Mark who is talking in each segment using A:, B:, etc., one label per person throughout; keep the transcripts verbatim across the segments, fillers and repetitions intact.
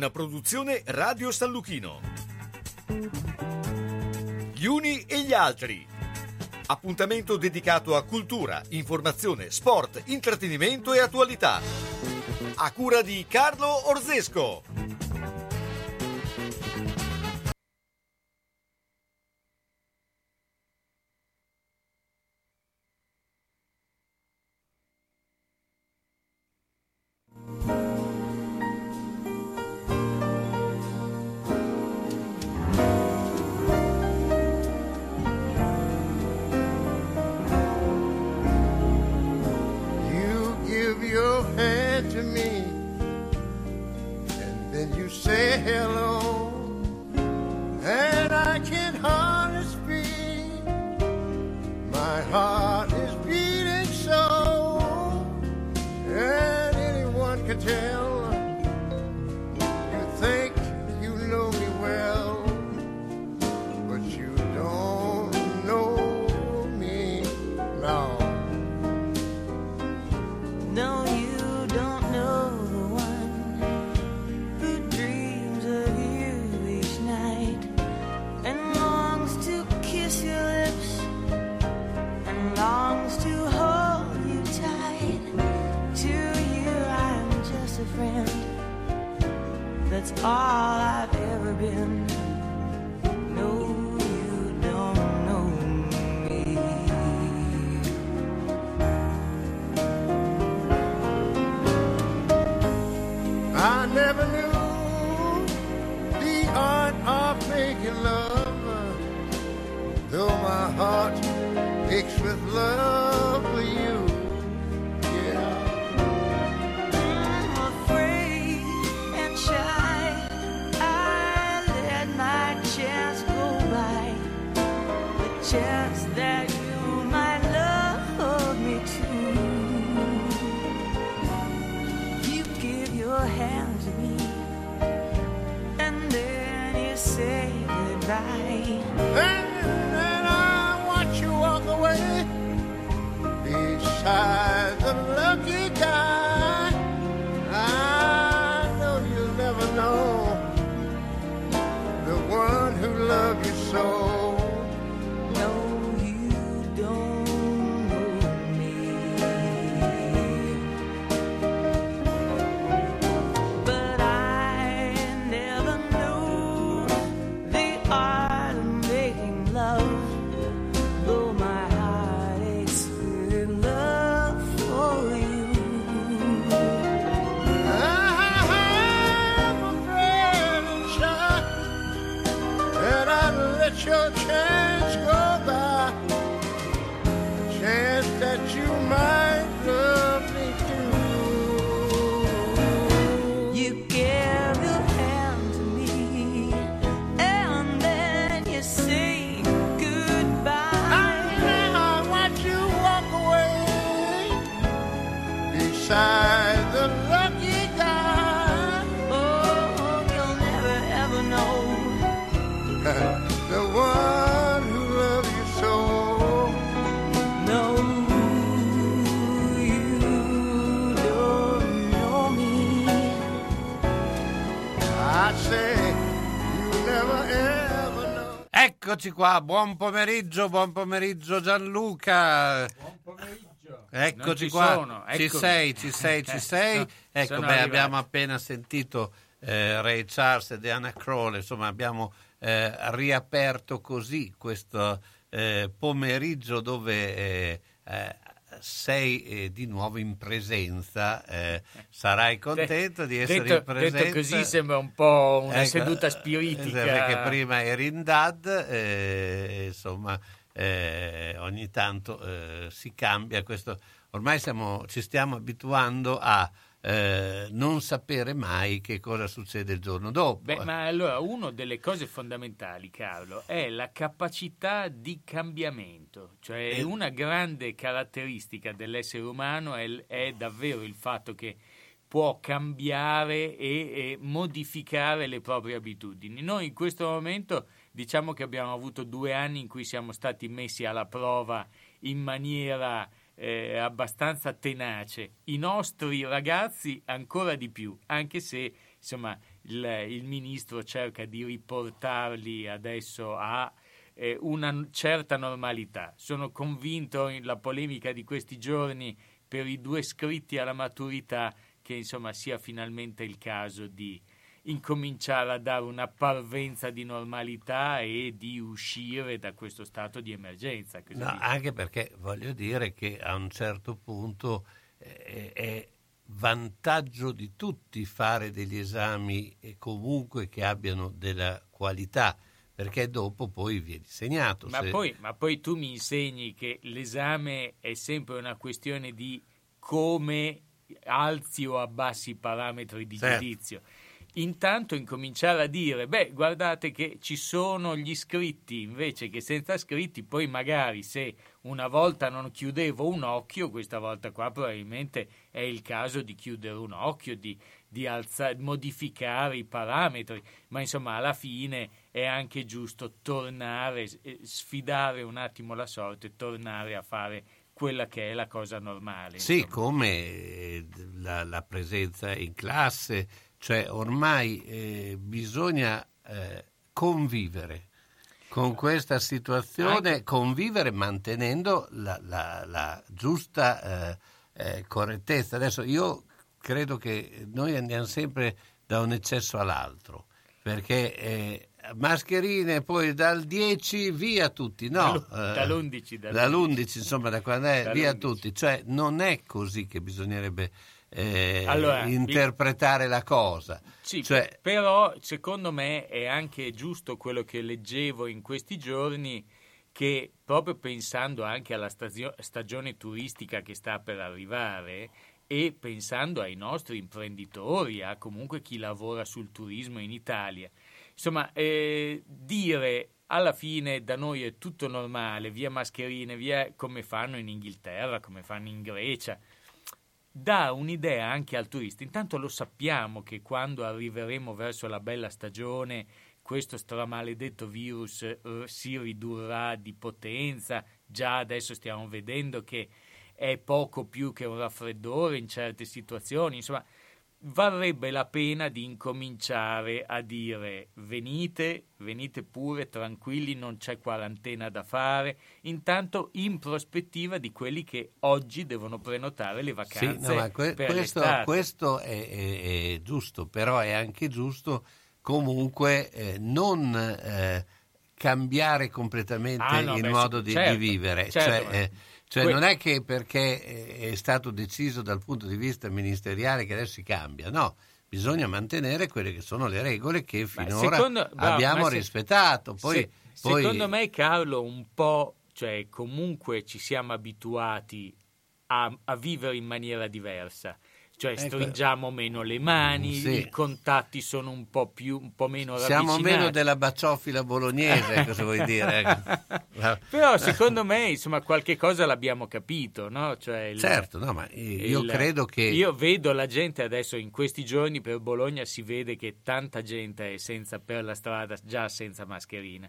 A: Una produzione Radio San Luchino. Gli uni e gli altri. Appuntamento dedicato a cultura, informazione, sport, intrattenimento e attualità. A cura di Carlo Orzesco.
B: Eccoci qua, buon pomeriggio, buon pomeriggio Gianluca.
C: Buon pomeriggio.
B: Eccoci qua,
C: sono,
B: ci sei, ci sei, ci sei.
C: No,
B: ecco, beh, abbiamo appena sentito eh, Ray Charles e Diana Krall, insomma abbiamo eh, riaperto così questo eh, pomeriggio dove eh, eh, sei eh, di nuovo in presenza, eh, sarai contento di essere
C: detto,
B: in presenza.
C: Detto così sembra un po' una
B: ecco,
C: seduta spiritica.
B: Perché prima eri in D A D, eh, insomma eh, ogni tanto eh, si cambia questo. Ormai siamo, ci stiamo abituando a eh, non sapere mai che cosa succede il giorno dopo.
C: Beh, ma allora una delle cose fondamentali, Carlo, è la capacità di cambiamento, cioè
B: Eh.
C: una grande caratteristica dell'essere umano è, è davvero il fatto che può cambiare e, e modificare le proprie abitudini. Noi in questo momento diciamo che abbiamo avuto due anni in cui siamo stati messi alla prova in maniera Eh, abbastanza tenace, i nostri ragazzi ancora di più, anche se insomma il, il ministro cerca di riportarli adesso a eh, una certa normalità. Sono convinto, in la polemica di questi giorni per i due iscritti alla maturità, che insomma sia finalmente il caso di incominciare a dare una parvenza di normalità e di uscire da questo stato di emergenza.
B: No, anche perché voglio dire che a un certo punto eh, è vantaggio di tutti fare degli esami e comunque che abbiano della qualità, perché dopo poi viene segnato.
C: Ma,
B: se...
C: poi, ma poi tu mi insegni che l'esame è sempre una questione di come alzi o abbassi i parametri di
B: certo.
C: giudizio. Intanto incominciare a dire, beh, guardate che ci sono gli iscritti invece che senza iscritti, poi magari se una volta non chiudevo un occhio, questa volta qua probabilmente è il caso di chiudere un occhio, di, di alzare, modificare i parametri, ma insomma alla fine è anche giusto tornare, sfidare un attimo la sorte, tornare a fare quella che è la cosa normale.
B: Sì,
C: insomma.
B: come la, la presenza in classe. Cioè ormai eh, bisogna eh, convivere con questa situazione, Anche... convivere mantenendo la, la, la giusta eh, eh, correttezza. Adesso io credo che noi andiamo sempre da un eccesso all'altro, perché eh, mascherine poi dal dieci via tutti, no,
C: dall'undici,
B: eh, dall'undici insomma da quando è
C: dall'undici.
B: Via tutti, cioè non è così che bisognerebbe Eh,
C: allora,
B: interpretare la cosa.
C: Sì,
B: cioè...
C: però secondo me è anche giusto quello che leggevo in questi giorni, che proprio pensando anche alla stazio- stagione turistica che sta per arrivare e pensando ai nostri imprenditori, a comunque chi lavora sul turismo in Italia, insomma, eh, dire alla fine da noi è tutto normale, via mascherine, via, come fanno in Inghilterra, come fanno in Grecia, dà un'idea anche al turista. Intanto lo sappiamo che quando arriveremo verso la bella stagione questo stramaledetto virus eh, si ridurrà di potenza. Già adesso stiamo vedendo che è poco più che un raffreddore in certe situazioni. Insomma, varrebbe la pena di incominciare a dire venite, venite pure tranquilli, non c'è quarantena da fare, intanto in prospettiva di quelli che oggi devono prenotare le vacanze.
B: Sì, no, ma que-
C: per
B: questo,
C: l'estate.
B: questo è, è, è giusto, però è anche giusto comunque eh, non eh, cambiare completamente
C: ah, no,
B: il
C: beh,
B: modo
C: sì,
B: di,
C: certo,
B: di vivere.
C: certo,
B: cioè,
C: ma...
B: eh, Cioè
C: Que-
B: non è che perché è stato deciso dal punto di vista ministeriale che adesso si cambia, no, bisogna mantenere quelle che sono le regole che finora
C: secondo, bravo,
B: abbiamo
C: se,
B: rispettato. Poi,
C: se,
B: poi...
C: Secondo me, Carlo, un po', cioè comunque ci siamo abituati a, a vivere in maniera diversa. Cioè stringiamo ecco. meno le mani, sì. I contatti sono un po' più, un po' meno ravvicinati.
B: Siamo meno della baciofila bolognese, cosa vuoi dire?
C: Però secondo me, insomma, qualche cosa l'abbiamo capito, no? Cioè il,
B: certo, no, ma io
C: il,
B: credo che...
C: Io vedo la gente adesso, in questi giorni per Bologna si vede che tanta gente è senza per la strada, già senza mascherina.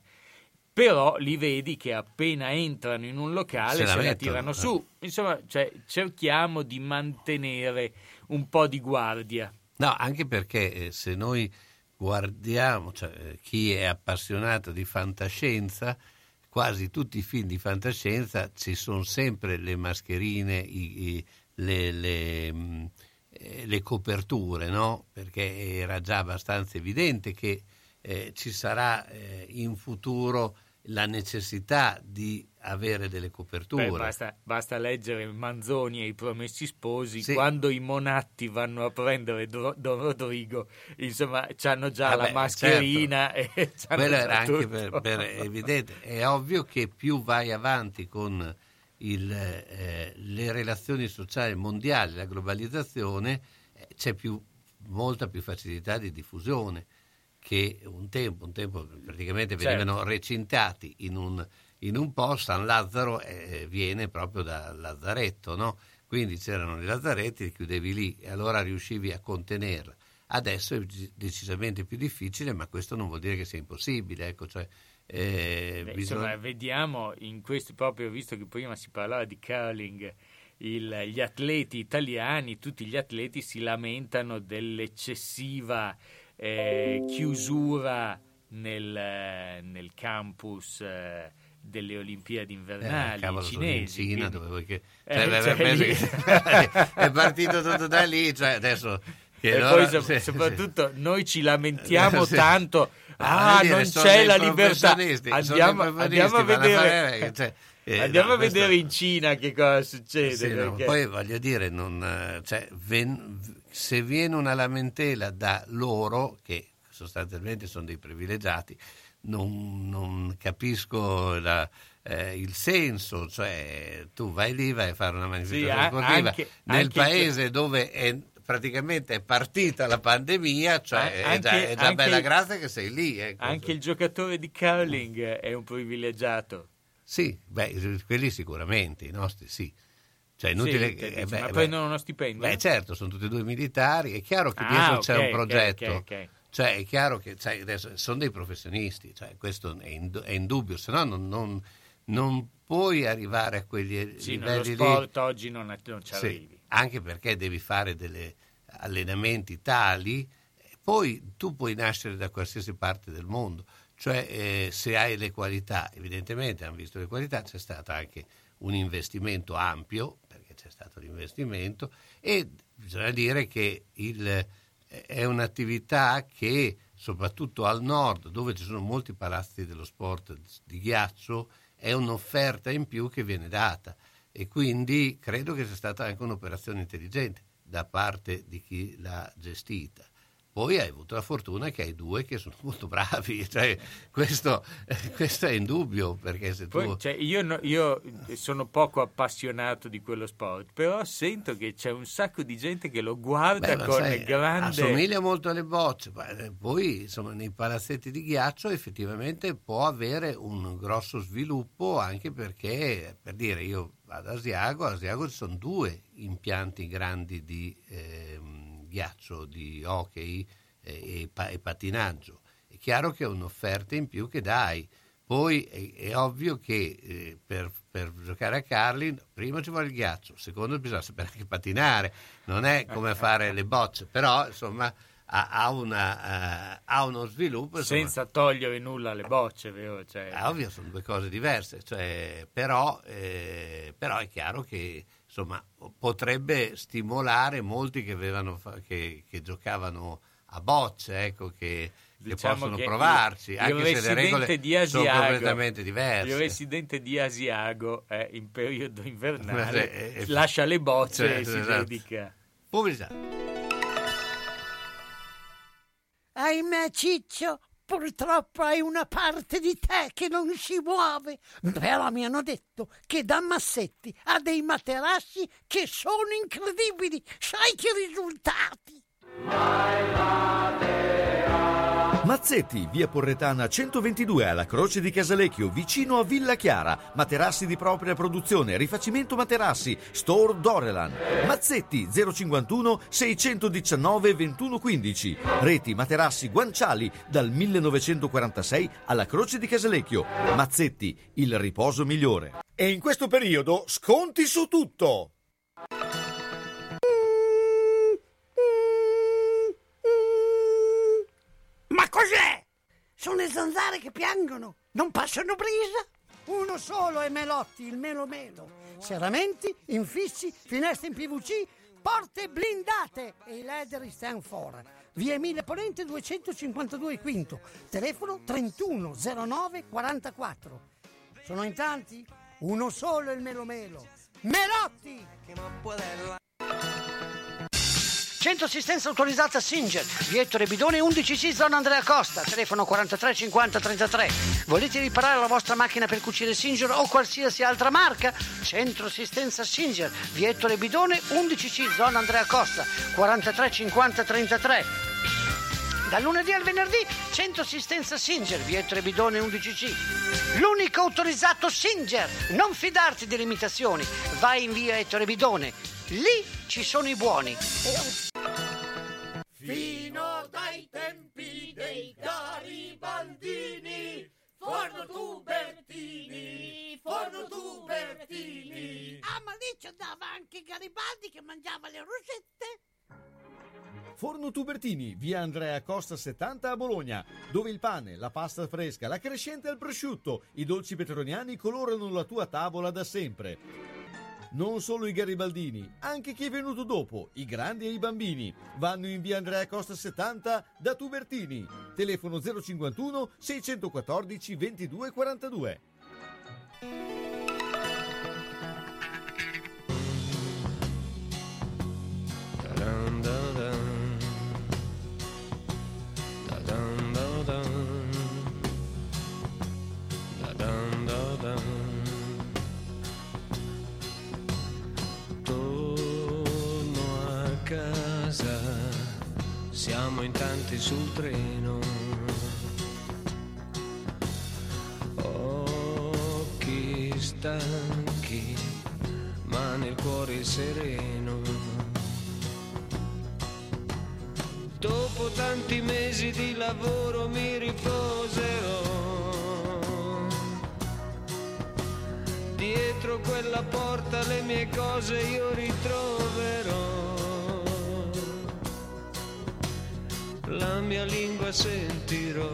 C: Però li vedi che appena entrano in un locale se, se la, la tirano eh. su. Insomma, cioè, cerchiamo di mantenere un po' di guardia.
B: No, anche perché eh, se noi guardiamo, cioè, chi è appassionato di fantascienza, quasi tutti i film di fantascienza ci sono sempre le mascherine, i, i, le, le, mh, le coperture, no? Perché era già abbastanza evidente che eh, ci sarà eh, in futuro la necessità di avere delle coperture.
C: Beh, basta, basta leggere Manzoni e I Promessi Sposi,
B: sì.
C: Quando i monatti vanno a prendere Don Rodrigo, insomma, c'hanno già
B: ah
C: la
B: beh,
C: mascherina
B: certo.
C: e c'hanno
B: quello
C: già
B: era
C: tutto.
B: anche per, per evidente. È ovvio che più vai avanti con il, eh, le relazioni sociali mondiali, la globalizzazione, eh, c'è più, molta più facilità di diffusione che un tempo, un tempo praticamente venivano certo. recintati in un, in un posto. San Lazzaro eh, viene proprio dal lazzaretto, no? Quindi c'erano i lazzaretti, li chiudevi lì e allora riuscivi a contenerla. Adesso è decisamente più difficile, ma questo non vuol dire che sia impossibile, ecco, cioè, eh,
C: Beh,
B: bisogna...
C: insomma, vediamo in questo, proprio visto che prima si parlava di curling, il, gli atleti italiani, tutti gli atleti si lamentano dell'eccessiva eh, chiusura nel, nel campus eh, delle Olimpiadi invernali
B: eh,
C: cinesi.
B: In Cina,
C: quindi...
B: dove vuoi che...
C: Eh,
B: cioè,
C: cioè,
B: che... è partito tutto da lì, cioè adesso... Che
C: e
B: loro...
C: poi so-
B: sì,
C: soprattutto
B: sì.
C: noi ci lamentiamo
B: Sì.
C: tanto, ah,
B: dire,
C: non
B: sono
C: c'è
B: dei
C: la libertà.
B: professionisti,
C: Andiamo,
B: sono dei
C: andiamo a
B: professionisti, vanno
C: vedere,
B: fare- cioè, eh,
C: andiamo
B: no,
C: a vedere
B: questo-
C: in Cina che cosa succede.
B: Sì, no,
C: perché-
B: poi voglio dire, non, cioè, ven- se viene una lamentela da loro, che sostanzialmente sono dei privilegiati, non, non capisco la, eh, il senso, cioè tu vai lì, vai a fare una manifestazione
C: Sì, a-
B: sportiva
C: anche-
B: nel
C: anche
B: paese dove è praticamente è partita la pandemia, cioè
C: A-
B: è già,
C: anche-
B: è già
C: anche
B: bella
C: il-
B: grazia che sei lì. Ecco.
C: Anche il giocatore di curling è un privilegiato.
B: Sì, beh, quelli sicuramente, i nostri sì. Cioè, inutile
C: Sì,
B: che-
C: dici,
B: eh, beh,
C: ma
B: beh,
C: prendono uno stipendio?
B: Beh, certo, sono tutti e due militari, è chiaro che
C: Ah,
B: dietro
C: ok,
B: c'è un
C: ok,
B: progetto,
C: ok, ok.
B: cioè è chiaro che sai, adesso sono dei professionisti, cioè, questo è, in, è indubbio, se no non, non, non puoi arrivare a quegli
C: Sì, nello
B: livelli
C: sport
B: lì.
C: oggi non, non ci
B: Sì,
C: arrivi.
B: anche perché devi fare degli allenamenti tali, poi tu puoi nascere da qualsiasi parte del mondo, cioè eh, se hai le qualità, evidentemente hanno visto le qualità, c'è stato anche un investimento ampio, perché c'è stato l'investimento, e bisogna dire che il, è un'attività che soprattutto al nord, dove ci sono molti palazzi dello sport di ghiaccio, è un'offerta in più che viene data, e quindi credo che sia stata anche un'operazione intelligente da parte di chi l'ha gestita. Poi hai avuto la fortuna che hai due che sono molto bravi, cioè, questo, questo è indubbio, perché se tu...
C: Poi, cioè, io, no- io sono poco appassionato di quello sport, però sento che c'è un sacco di gente che lo guarda
B: Beh, ma
C: con
B: sai,
C: grande...
B: assomiglia molto alle bocce, ma, eh, poi insomma nei palazzetti di ghiaccio effettivamente può avere un grosso sviluppo, anche perché, per dire, io vado a Asiago, a Asiago ci sono due impianti grandi di ehm, ghiaccio, di hockey e, e, pa- e patinaggio. È chiaro che è un'offerta in più che dai. Poi è, è ovvio che eh, per, per giocare a curling prima ci vuole il ghiaccio, secondo bisogna sapere anche patinare, non è come fare le bocce, però insomma ha, ha, una, uh, ha uno sviluppo. Insomma,
C: senza togliere nulla alle bocce, vero? Cioè...
B: è ovvio, sono due cose diverse, cioè, però, eh, però è chiaro che insomma potrebbe stimolare molti che, avevano, fa- che, che giocavano a bocce, ecco, che, che
C: Diciamo
B: possono
C: che
B: provarci,
C: il,
B: anche
C: il
B: se le regole
C: di Asiago,
B: sono completamente diverse.
C: Il residente di Asiago eh, in periodo invernale
B: Eh, eh,
C: lascia le bocce
B: cioè,
C: e si
B: esatto.
C: dedica.
B: Pubblicità.
D: Ahimè, Ciccio, purtroppo hai una parte di te che non si muove. Però mi hanno detto che da Massetti ha dei materassi che sono incredibili. Sai che risultati?
A: Mazzetti, via Porretana centoventidue alla Croce di Casalecchio, vicino a Villa Chiara. Materassi di propria produzione, rifacimento materassi, Store Dorelan. Mazzetti zero cinquantuno seicentodiciannove ventuno quindici. Reti materassi guanciali dal millenovecentoquarantasei alla Croce di Casalecchio. Mazzetti, il riposo migliore. E in questo periodo sconti su tutto.
D: Ma cos'è? Sono le zanzare che piangono, non passano brisa. Uno solo è Melotti, il Melo Melo. Serramenti, infissi, finestre in P V C, porte blindate e i leder stand for. Via Emile Ponente duecentocinquantadue Quinto, telefono trentuno zero nove quarantaquattro. Sono in tanti? Uno solo è il Melo Melo. Melotti! Centro assistenza autorizzata Singer, via Ettore Bidone undici C, zona Andrea Costa, telefono quarantatré cinquanta trentatré. Volete riparare la vostra macchina per cucire Singer o qualsiasi altra marca? Centro assistenza Singer, via Ettore Bidone undici C, zona Andrea Costa, quarantatré cinquanta trentatré. Dal lunedì al venerdì, centro assistenza Singer, via Ettore Bidone undici C. L'unico autorizzato Singer. Non fidarti delle imitazioni. Vai in via Ettore Bidone. Lì ci sono i buoni.
E: Fino dai tempi dei garibaldini, forno tubertini, forno tubertini.
D: Ah, ma lì ci andava anche Garibaldi che mangiava le rosette.
A: Forno Tubertini, via Andrea Costa settanta a Bologna, dove il pane, la pasta fresca, la crescente al prosciutto, i dolci petroniani colorano la tua tavola da sempre. Non solo i garibaldini, anche chi è venuto dopo, i grandi e i bambini, vanno in via Andrea Costa settanta da Tubertini. Telefono zero cinquantuno seicentoquattordici ventidue quarantadue.
F: Siamo in tanti sul treno, occhi stanchi, ma nel cuore sereno. Dopo tanti mesi di lavoro mi riposerò dietro quella porta, le mie cose io ritroverò. La mia lingua sentirò,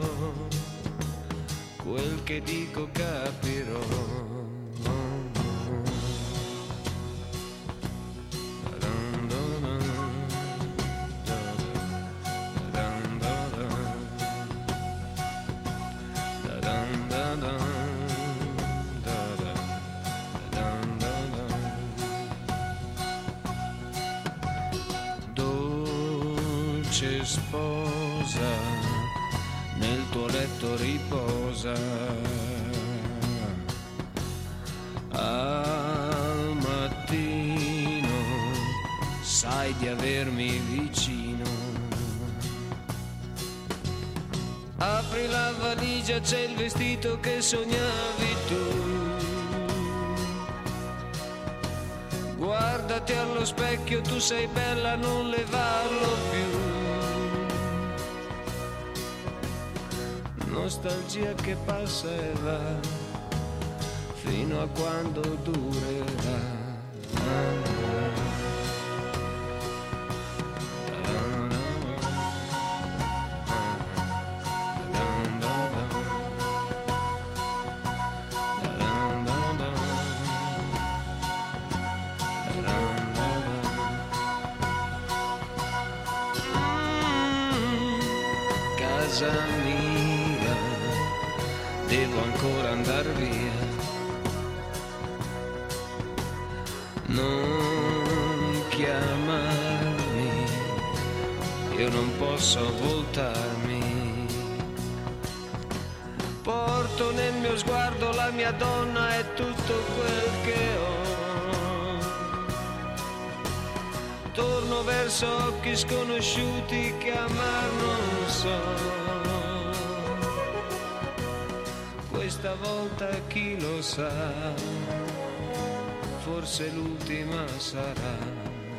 F: quel che dico capirò. Dolce sposa, nel tuo letto riposa, al mattino sai di avermi vicino. Apri la valigia, c'è il vestito che sognavi tu. Guardati allo specchio, tu sei bella, non levarlo più. Nostalgia che passa e va, fino a quando durerà. Casa mia, devo ancora andar via. Non chiamarmi, io non posso voltarmi. Porto nel mio sguardo la mia donna e tutto quel che ho. Torno verso occhi sconosciuti che amar non so. Questa volta chi lo sa, forse l'ultima sarà.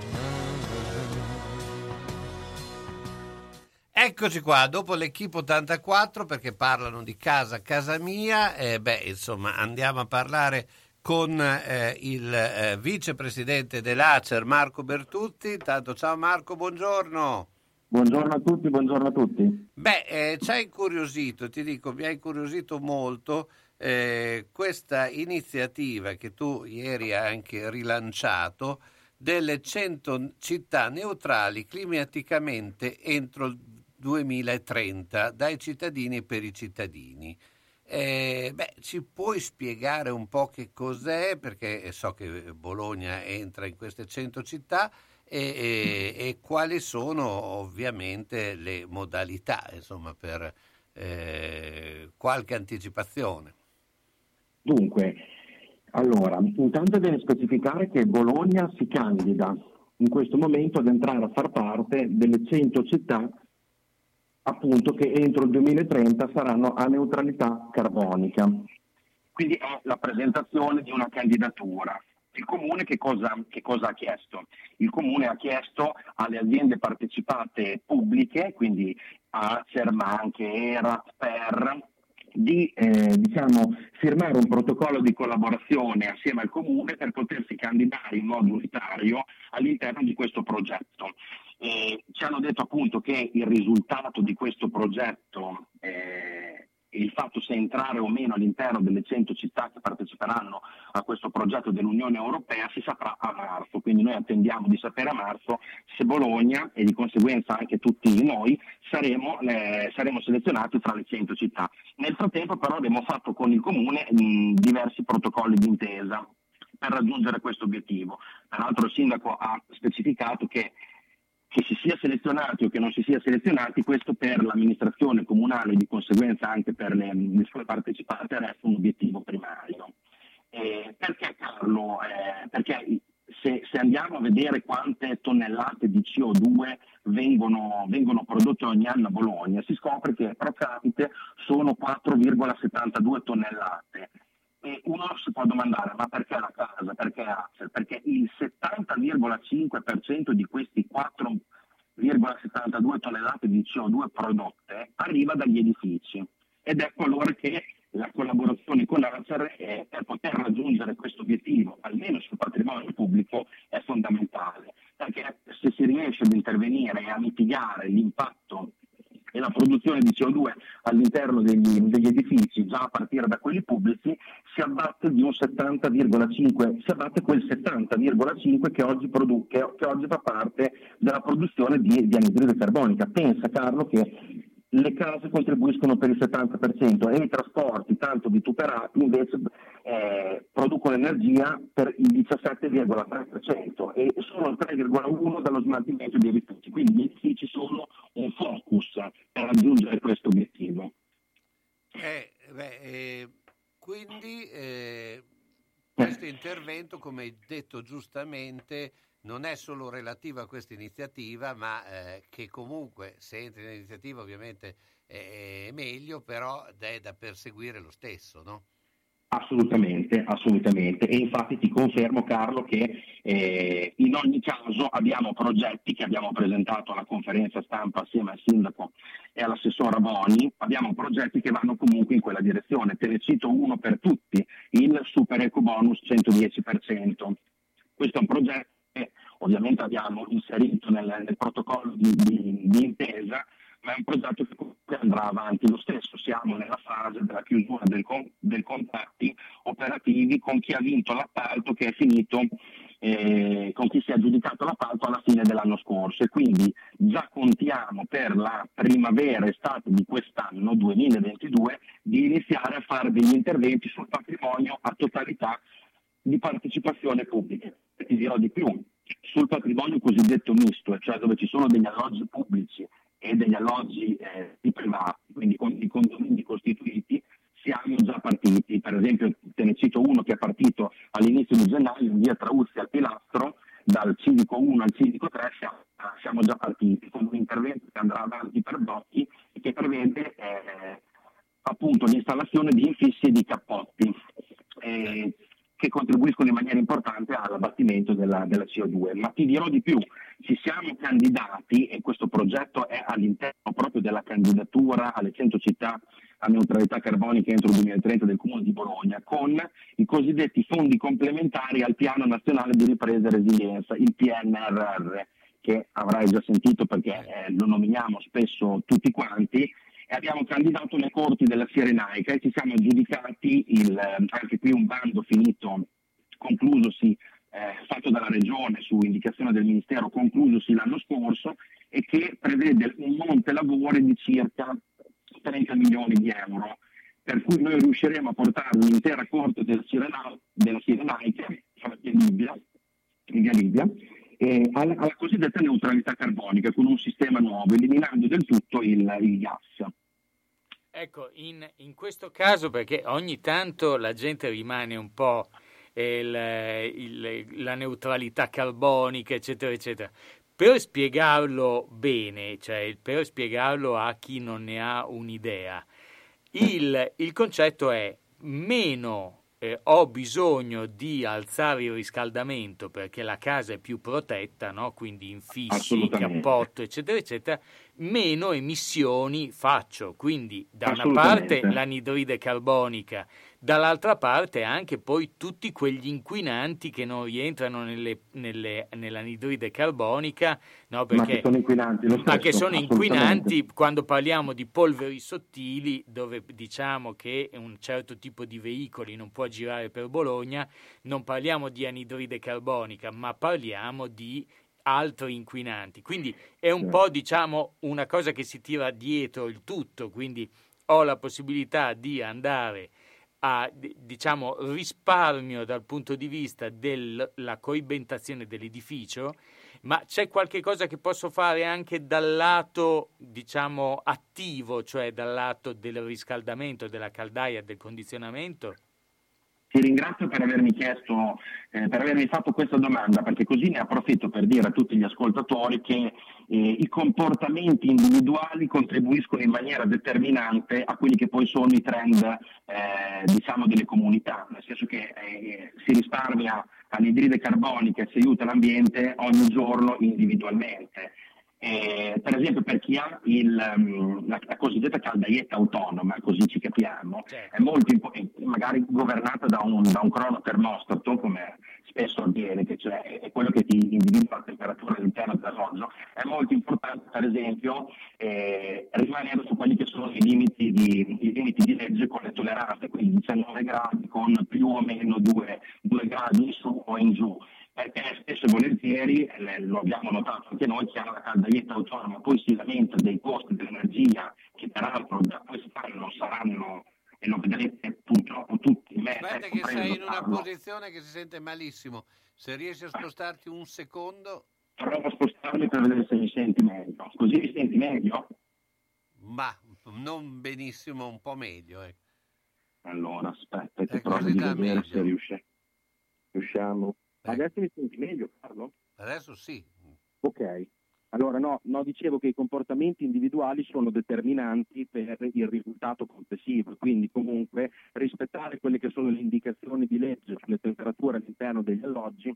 B: Eccoci qua, dopo l'Equipe ottantaquattro, perché parlano di casa, casa mia, eh, beh, insomma, andiamo a parlare con eh, il eh, vicepresidente dell'Acer, Marco Bertutti. Intanto, ciao Marco, buongiorno.
G: Buongiorno a tutti, buongiorno a tutti.
B: Beh, eh, ci ha incuriosito, ti dico, mi ha incuriosito molto eh, questa iniziativa che tu ieri hai anche rilanciato delle cento città neutrali climaticamente entro il duemilatrenta dai cittadini e per i cittadini. Eh, beh, ci puoi spiegare un po' che cos'è, perché so che Bologna entra in queste cento città, e, e, e quali sono ovviamente le modalità, insomma, per eh, qualche anticipazione.
G: Dunque, allora, intanto è bene specificare che Bologna si candida in questo momento ad entrare a far parte delle cento città appunto che entro il duemilatrenta saranno a neutralità carbonica. Quindi è la presentazione di una candidatura. Il Comune che cosa, che cosa ha chiesto? Il Comune ha chiesto alle aziende partecipate pubbliche, quindi Acer, ma anche Erat, Per, di eh, diciamo, firmare un protocollo di collaborazione assieme al Comune per potersi candidare in modo unitario all'interno di questo progetto. Eh, ci hanno detto appunto che il risultato di questo progetto eh, il fatto se entrare o meno all'interno delle cento città che parteciperanno a questo progetto dell'Unione Europea si saprà a marzo, quindi noi attendiamo di sapere a marzo se Bologna e di conseguenza anche tutti noi saremo, eh, saremo selezionati tra le cento città. Nel frattempo però abbiamo fatto con il Comune mh, diversi protocolli d'intesa per raggiungere questo obiettivo. Peraltro il Sindaco ha specificato che che si sia selezionati o che non si sia selezionati, questo per l'amministrazione comunale e di conseguenza anche per le, le scuole partecipate resta un obiettivo primario. Eh, perché Carlo? Eh, perché se, se andiamo a vedere quante tonnellate di C O due vengono, vengono prodotte ogni anno a Bologna, si scopre che pro capite sono quattro virgola settantadue tonnellate. E uno si può domandare, ma perché la casa, perché Axel? Perché il settanta virgola cinque per cento di questi quattro virgola settantadue tonnellate di C O due prodotte arriva dagli edifici. Ed ecco allora che la collaborazione con l'Acer è, per poter raggiungere questo obiettivo, almeno sul patrimonio pubblico, è fondamentale. Perché se si riesce ad intervenire e a mitigare l'impatto e la produzione di C O due all'interno degli, degli edifici, già a partire da quelli pubblici, si abbatte di un settanta virgola cinque, si abbatte quel settanta virgola cinque che oggi, produ- che, che oggi fa parte della produzione di, di anidride carbonica. Pensa Carlo che le case contribuiscono per il settanta per cento e i trasporti, tanto vituperati, invece eh, producono energia per il diciassette virgola tre per cento e solo il tre virgola uno per cento dallo smaltimento dei rifiuti. Quindi gli edifici sono un focus per raggiungere questo obiettivo.
B: Eh, beh, eh, quindi eh, questo intervento, come hai detto giustamente, non è solo relativa a questa iniziativa, ma eh, che comunque se entra in iniziativa ovviamente è, è meglio, però è da perseguire lo stesso, no?
G: Assolutamente, assolutamente. E infatti ti confermo Carlo che eh, in ogni caso abbiamo progetti che abbiamo presentato alla conferenza stampa assieme al sindaco e all'assessora Boni, abbiamo progetti che vanno comunque in quella direzione. Te ne cito uno per tutti, il Super Eco Bonus centodieci per cento. Questo è un progetto che ovviamente abbiamo inserito nel, nel protocollo di, di, di intesa, ma è un progetto che comunque andrà avanti lo stesso. Siamo nella fase della chiusura del con, del contatti operativi con chi ha vinto l'appalto, che è finito, eh, con chi si è aggiudicato l'appalto alla fine dell'anno scorso, e quindi già contiamo per la primavera estate di quest'anno duemilaventidue di iniziare a fare degli interventi sul patrimonio a totalità di partecipazione pubblica. E ti dirò di più, sul patrimonio cosiddetto misto, cioè dove ci sono degli alloggi pubblici e degli alloggi eh, privati, quindi con i condomini costituiti, siamo già partiti. Per esempio te ne cito uno che è partito all'inizio di gennaio in via Trauzzi al Pilastro, dal civico uno al civico tre siamo, siamo già partiti con un intervento che andrà avanti per blocchi e che prevede eh, appunto l'installazione di infissi e di cappotti eh, che contribuiscono in maniera importante all'abbattimento della, della C O due. Ma ti dirò di più, ci siamo candidati, e questo progetto è all'interno proprio della candidatura alle cento città a neutralità carbonica entro il duemilatrenta del Comune di Bologna, con i cosiddetti fondi complementari al Piano Nazionale di Ripresa e Resilienza, il P N R R, che avrai già sentito perché eh, lo nominiamo spesso tutti quanti. E abbiamo candidato le corti della Cirenaica e ci siamo aggiudicati il, anche qui un bando finito, conclusosi, eh, fatto dalla Regione su indicazione del Ministero, conclusosi l'anno scorso, e che prevede un monte lavori di circa trenta milioni di euro, per cui noi riusciremo a portare un'intera corte della Cirenaica, della Cirenaica in Libia, in via Libia, eh, alla, alla cosiddetta neutralità carbonica, con un sistema nuovo, eliminando del tutto il, il gas.
C: Ecco, in, in questo caso, perché ogni tanto la gente rimane un po' il, il, la neutralità carbonica, eccetera, eccetera. Per spiegarlo bene, cioè per spiegarlo a chi non ne ha un'idea, il, il concetto è meno eh, ho bisogno di alzare il riscaldamento perché la casa è più protetta, no? Quindi infissi, cappotto, eccetera, eccetera, meno emissioni faccio. Quindi da una parte l'anidride carbonica dall'altra parte anche poi tutti quegli inquinanti che non rientrano nelle, nelle, nell'anidride carbonica, no? Perché,
G: ma che sono inquinanti lo stesso,
C: ma che sono inquinanti quando parliamo di polveri sottili, dove diciamo che un certo tipo di veicoli non può girare per Bologna, non parliamo di anidride carbonica, ma parliamo di altri inquinanti. Quindi è un po', diciamo, una cosa che si tira dietro il tutto, quindi ho la possibilità di andare a, diciamo, risparmio dal punto di vista della coibentazione dell'edificio, ma c'è qualche cosa che posso fare anche dal lato, diciamo, attivo, cioè dal lato del riscaldamento, della caldaia, del condizionamento?
G: Ti ringrazio per avermi chiesto, eh, per avermi fatto questa domanda, perché così ne approfitto per dire a tutti gli ascoltatori che eh, i comportamenti individuali contribuiscono in maniera determinante a quelli che poi sono i trend eh, diciamo delle comunità, nel senso che eh, si risparmia anidride carbonica e si aiuta l'ambiente ogni giorno individualmente. Eh, per esempio per chi ha il, um, la, la cosiddetta caldaietta autonoma, così ci capiamo,
C: certo.
G: È molto impo- magari governata da un, da un cronotermostato, come spesso avviene, che cioè è quello che ti individua la temperatura all'interno dell'alloggio. È molto importante, per esempio, eh, rimanere su quelli che sono i limiti di, i limiti di legge con le tolleranze, quindi diciannove gradi con più o meno due gradi in su o in giù. Perché spesso e volentieri, eh, lo abbiamo notato anche noi, chi ha la caldaietta autonoma poi si lamenta dei costi dell'energia, che peraltro da quest'anno saranno, e lo vedrete purtroppo tutti. Me,
B: Aspetta che sei in una posizione che si sente malissimo, se riesci a spostarti un secondo.
G: Provo a spostarmi per vedere se mi senti meglio. Così mi senti meglio?
B: Ma non benissimo, un po' meglio. Eh.
G: Allora, aspetta, che
B: Eh,
G: provo
B: così
G: di
B: dà
G: vedere
B: meglio.
G: se riusci- riusciamo.
B: Ecco.
G: Adesso mi senti meglio, Carlo?
B: Adesso sì.
G: Ok, allora no, no, dicevo che i comportamenti individuali sono determinanti per il risultato complessivo, quindi comunque rispettare quelle che sono le indicazioni di legge sulle temperature all'interno degli alloggi.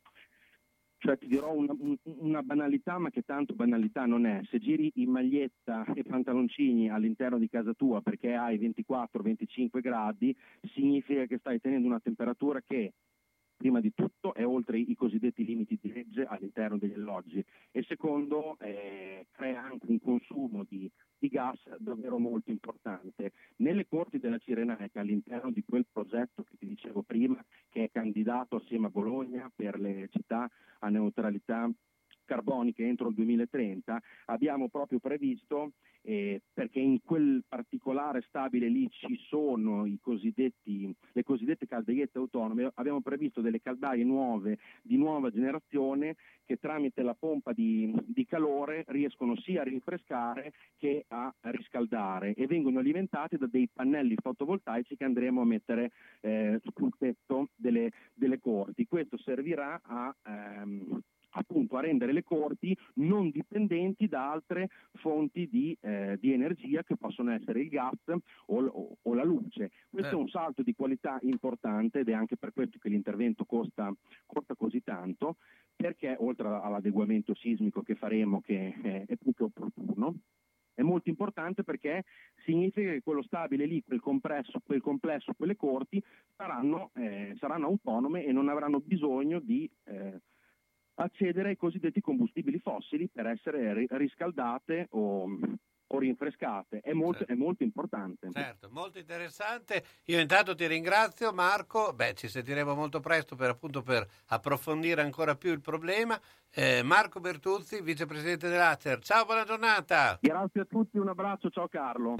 G: Cioè ti dirò una, una banalità, ma che tanto banalità non è. Se giri in maglietta e pantaloncini all'interno di casa tua perché hai ventiquattro venticinque gradi, significa che stai tenendo una temperatura che prima di tutto è oltre i cosiddetti limiti di legge all'interno degli alloggi e secondo eh, crea anche un consumo di, di gas davvero molto importante. Nelle corti della Cirenaica, all'interno di quel progetto che ti dicevo prima, che è candidato assieme a Bologna per le città a neutralità carboniche entro il duemilatrenta, abbiamo proprio previsto, eh, perché in quel particolare stabile lì ci sono i cosiddetti, le cosiddette caldaiette autonome, abbiamo previsto delle caldaie nuove di nuova generazione che tramite la pompa di, di calore riescono sia a rinfrescare che a riscaldare e vengono alimentate da dei pannelli fotovoltaici che andremo a mettere eh, sul tetto delle, delle corti. Questo servirà a ehm, appunto a rendere le corti non dipendenti da altre fonti di, eh, di energia che possono essere il gas o, o, o la luce. Questo eh. è un salto di qualità importante ed è anche per questo che l'intervento costa, costa così tanto, perché oltre all'adeguamento sismico che faremo, che è, è più che opportuno, è molto importante perché significa che quello stabile lì, quel compresso, quel complesso, quelle corti saranno, eh, saranno autonome e non avranno bisogno di eh, accedere ai cosiddetti combustibili fossili per essere riscaldate o, o rinfrescate. È molto, certo. È molto importante.
B: Certo, molto interessante. Io intanto ti ringrazio, Marco. Beh, ci sentiremo molto presto per appunto per approfondire ancora più il problema. Eh, Marco Bertuzzi, vicepresidente dell'Acer. Ciao, buona giornata.
G: Grazie a tutti, un abbraccio, ciao Carlo.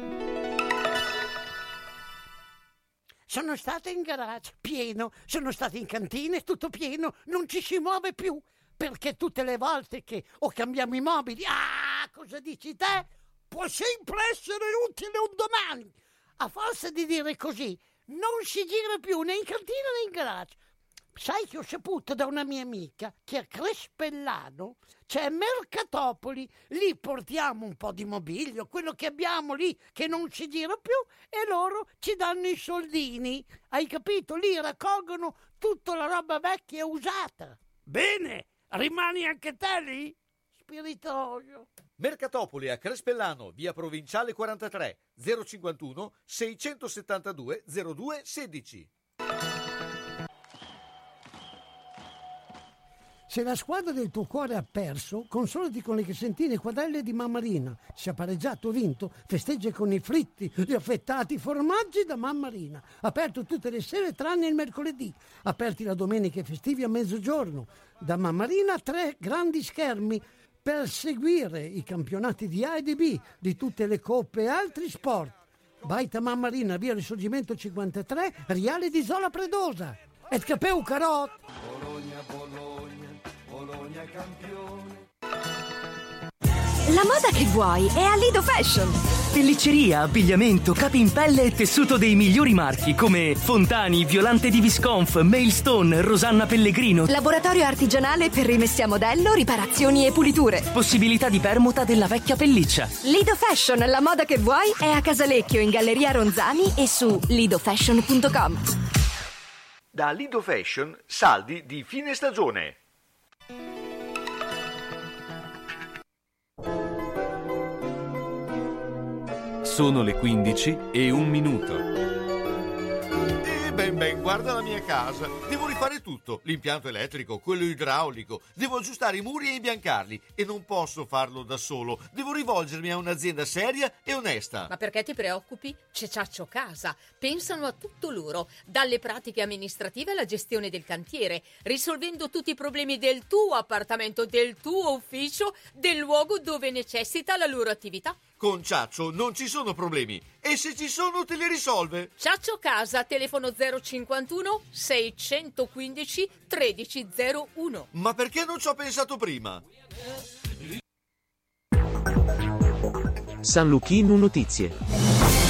D: Sono stata in garage, pieno, sono stata in cantina, tutto pieno, non ci si muove più, perché tutte le volte che o cambiamo i mobili, ah, cosa dici te? Può sempre essere utile un domani. A forza di dire così, non si gira più né in cantina né in garage. Sai che ho saputo da una mia amica che a Crespellano c'è Mercatopoli, lì portiamo un po' di mobilio, quello che abbiamo lì che non si gira più e loro ci danno i soldini, hai capito? Lì raccolgono tutta la roba vecchia e usata. Bene, rimani anche te lì? Spiritoso.
A: Mercatopoli a Crespellano, via Provinciale quarantatré. zero cinquantuno seicentosettantadue zero due sedici.
H: Se la squadra del tuo cuore ha perso, consolati con le crescentine quadrelle di Mamma Rina. Se ha pareggiato o vinto, festeggia con i fritti, gli affettati formaggi da Mamma Rina. Aperto tutte le sere tranne il mercoledì. Aperti la domenica e festivi a mezzogiorno. Da Mamma Rina tre grandi schermi per seguire i campionati di A e di B, di tutte le coppe e altri sport. Baita Mamma Rina, via Risorgimento cinquantatré, Riale di Zola Predosa. Et capeu carot!
F: Bologna, Bologna, Bologna campione.
I: La moda che vuoi è a Lido Fashion.
J: Pellicceria, abbigliamento, capi in pelle e tessuto dei migliori marchi come Fontani, Violante di Visconf, Mailstone, Rosanna Pellegrino.
I: Laboratorio artigianale per rimessi a modello, riparazioni e puliture.
J: Possibilità di permuta della vecchia pelliccia.
I: Lido Fashion, la moda che vuoi è a Casalecchio in Galleria Ronzani e su lido fashion punto com.
A: Da Lido Fashion, saldi di fine stagione.
K: Sono le quindici e un minuto.
A: E ben ben, guarda la mia casa. Devo rifare tutto, l'impianto elettrico, quello idraulico. Devo aggiustare i muri e imbiancarli. E non posso farlo da solo. Devo rivolgermi a un'azienda seria e onesta.
L: Ma perché ti preoccupi? C'è Ciaccio Casa. Pensano a tutto loro, dalle pratiche amministrative alla gestione del cantiere, risolvendo tutti i problemi del tuo appartamento, del tuo ufficio, del luogo dove necessita la loro attività.
A: Con Ciaccio non ci sono problemi e se ci sono te li risolve.
L: Ciaccio Casa, telefono zero cinquantuno seicentoquindici tredici zero uno.
A: Ma perché non ci ho pensato prima?
M: San Luchino Notizie.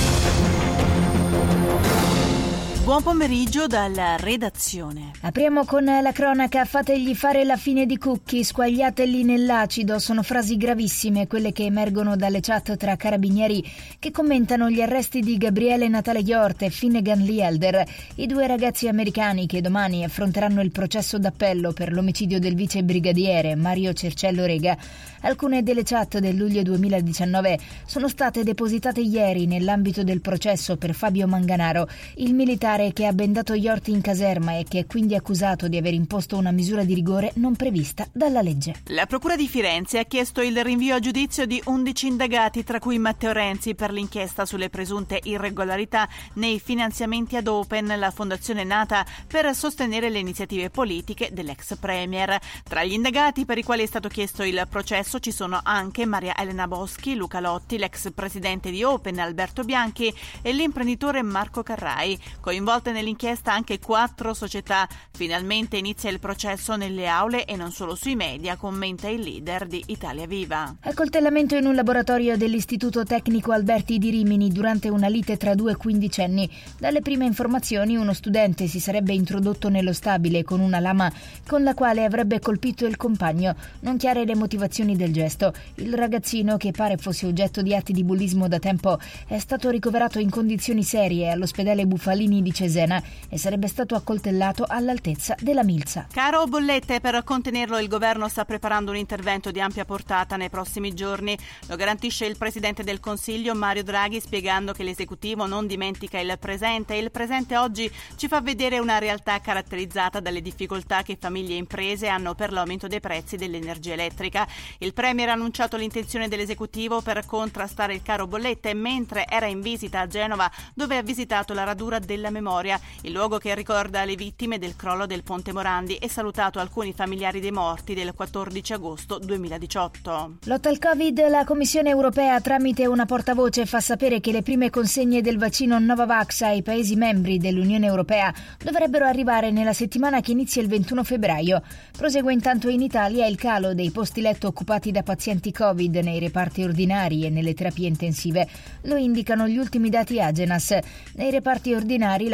N: Buon pomeriggio dalla redazione.
O: Apriamo con la cronaca. Fategli fare la fine di Cucchi, squagliateli nell'acido. Sono frasi gravissime quelle che emergono dalle chat tra carabinieri che commentano gli arresti di Gabriele Natale Hjort e Finnegan Lee Elder, i due ragazzi americani che domani affronteranno il processo d'appello per l'omicidio del vice brigadiere Mario Cercello Rega. Alcune delle chat del luglio duemiladiciannove sono state depositate ieri nell'ambito del processo per Fabio Manganaro, il militare che ha bendato Hjort in caserma e che è quindi accusato di aver imposto una misura di rigore non prevista dalla legge.
N: La Procura di Firenze ha chiesto il rinvio a giudizio di undici indagati, tra cui Matteo Renzi, per l'inchiesta sulle presunte irregolarità nei finanziamenti ad Open, la fondazione nata per sostenere le iniziative politiche dell'ex premier. Tra gli indagati per i quali è stato chiesto il processo ci sono anche Maria Elena Boschi, Luca Lotti, l'ex presidente di Open Alberto Bianchi e l'imprenditore Marco Carrai. Coinvolte nell'inchiesta anche quattro società. Finalmente inizia il processo nelle aule e non solo sui media, commenta il leader di Italia Viva.
O: Accoltellamento in un laboratorio dell'Istituto Tecnico Alberti di Rimini durante una lite tra due quindicenni. Dalle prime informazioni uno studente si sarebbe introdotto nello stabile con una lama con la quale avrebbe colpito il compagno. Non chiare le motivazioni del gesto. Il ragazzino, che pare fosse oggetto di atti di bullismo da tempo, è stato ricoverato in condizioni serie all'ospedale Bufalini di Cesena e sarebbe stato accoltellato all'altezza della milza.
N: Caro bollette, per contenerlo il governo sta preparando un intervento di ampia portata nei prossimi giorni. Lo garantisce il presidente del Consiglio Mario Draghi, spiegando che l'esecutivo non dimentica il presente e il presente oggi ci fa vedere una realtà caratterizzata dalle difficoltà che famiglie e imprese hanno per l'aumento dei prezzi dell'energia elettrica. Il premier ha annunciato l'intenzione dell'esecutivo per contrastare il caro bollette mentre era in visita a Genova, dove ha visitato la radura della memoria, il luogo che ricorda le vittime del crollo del Ponte Morandi, e salutato alcuni familiari dei morti del quattordici agosto duemiladiciotto.
O: Lotta al Covid. La Commissione europea, tramite una portavoce, fa sapere che le prime consegne del vaccino Novavax ai Paesi membri dell'Unione Europea dovrebbero arrivare nella settimana che inizia il ventuno febbraio. Prosegue intanto in Italia il calo dei posti letto occupati da pazienti Covid nei reparti ordinari e nelle terapie intensive. Lo indicano gli ultimi dati Agenas. Nei reparti ordinari la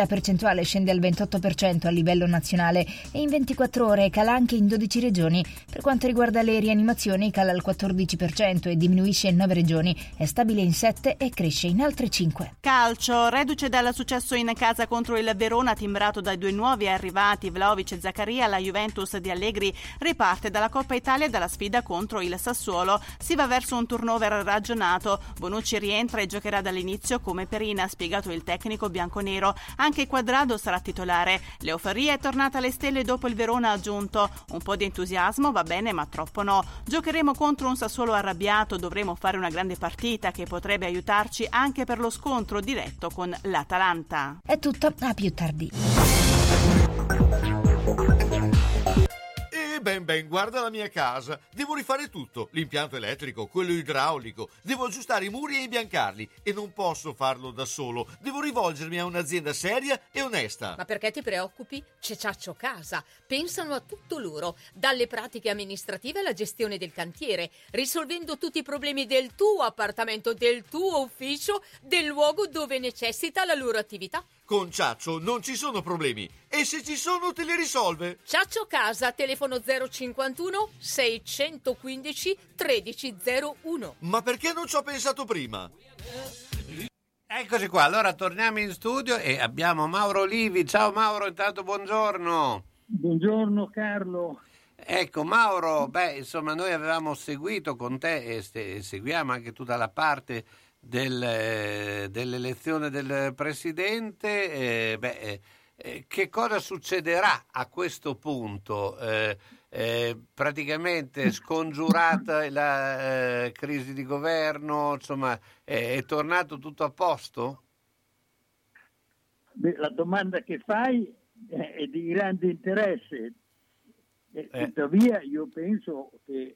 O: la percentuale scende al ventotto per cento a livello nazionale e in ventiquattro ore cala anche in dodici regioni. Per quanto riguarda le rianimazioni cala al quattordici per cento e diminuisce in nove regioni, è stabile in sette e cresce in altre cinque.
N: Calcio, reduce dal successo in casa contro il Verona, timbrato dai due nuovi arrivati Vlahovic e Zaccaria, la Juventus di Allegri riparte dalla Coppa Italia e dalla sfida contro il Sassuolo. Si va verso un turnover ragionato. Bonucci rientra e giocherà dall'inizio come Perina, ha spiegato il tecnico bianconero. Anche Quadrado sarà titolare. L'euforia è tornata alle stelle dopo il Verona, ha aggiunto. Un po' di entusiasmo va bene, ma troppo no. Giocheremo contro un Sassuolo arrabbiato, dovremo fare una grande partita che potrebbe aiutarci anche per lo scontro diretto con l'Atalanta.
O: È tutto, a più tardi.
A: E ben ben, guarda la mia casa. Devo rifare tutto, l'impianto elettrico, quello idraulico. Devo aggiustare i muri e imbiancarli e non posso farlo da solo. Devo rivolgermi a un'azienda seria e onesta.
L: Ma perché ti preoccupi? C'è Ciaccio Casa. Pensano a tutto loro, dalle pratiche amministrative alla gestione del cantiere, risolvendo tutti i problemi del tuo appartamento, del tuo ufficio, del luogo dove necessita la loro attività.
A: Con Ciaccio non ci sono problemi e se ci sono te li risolve.
L: Ciaccio Casa, telefono zero cinquantuno seicentoquindici tredici zero uno.
A: Ma perché non ci ho pensato prima?
B: Eccoci qua, allora torniamo in studio e abbiamo Mauro Olivi. Ciao Mauro, intanto buongiorno.
P: Buongiorno Carlo.
B: Ecco Mauro, beh insomma noi avevamo seguito con te e se, seguiamo anche tutta la parte del, eh, dell'elezione del presidente. Eh, beh, eh, che cosa succederà a questo punto? Eh, eh, praticamente scongiurata la eh, crisi di governo, insomma eh, è tornato tutto a posto?
P: Beh, la domanda che fai è di grande interesse, e
B: Eh.
P: tuttavia io penso che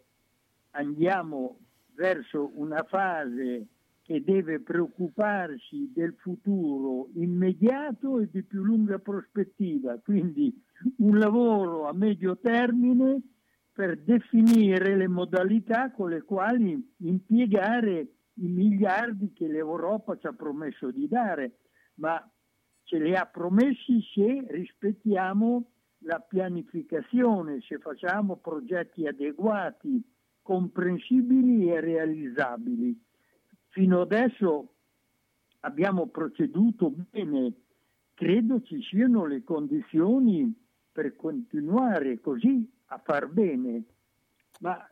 P: andiamo verso una fase che deve preoccuparsi del futuro immediato e di più lunga prospettiva, quindi un lavoro a medio termine per definire le modalità con le quali impiegare i miliardi che l'Europa ci ha promesso di dare, ma ce li ha promessi se rispettiamo la pianificazione, se facciamo progetti adeguati, comprensibili e realizzabili. Fino adesso abbiamo proceduto bene, credo ci siano le condizioni per continuare così a far bene, ma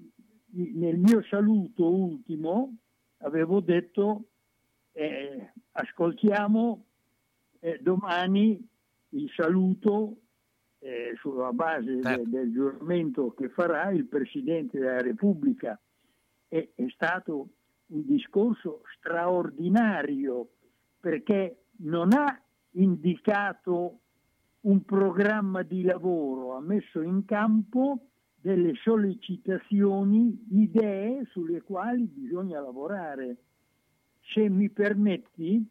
P: nel mio saluto ultimo avevo detto eh, ascoltiamo eh, domani il saluto eh, sulla base de, del giuramento che farà il Presidente della Repubblica. E, è stato un discorso straordinario perché non ha indicato un programma di lavoro, ha messo in campo delle sollecitazioni, idee sulle quali bisogna lavorare. Se mi permetti,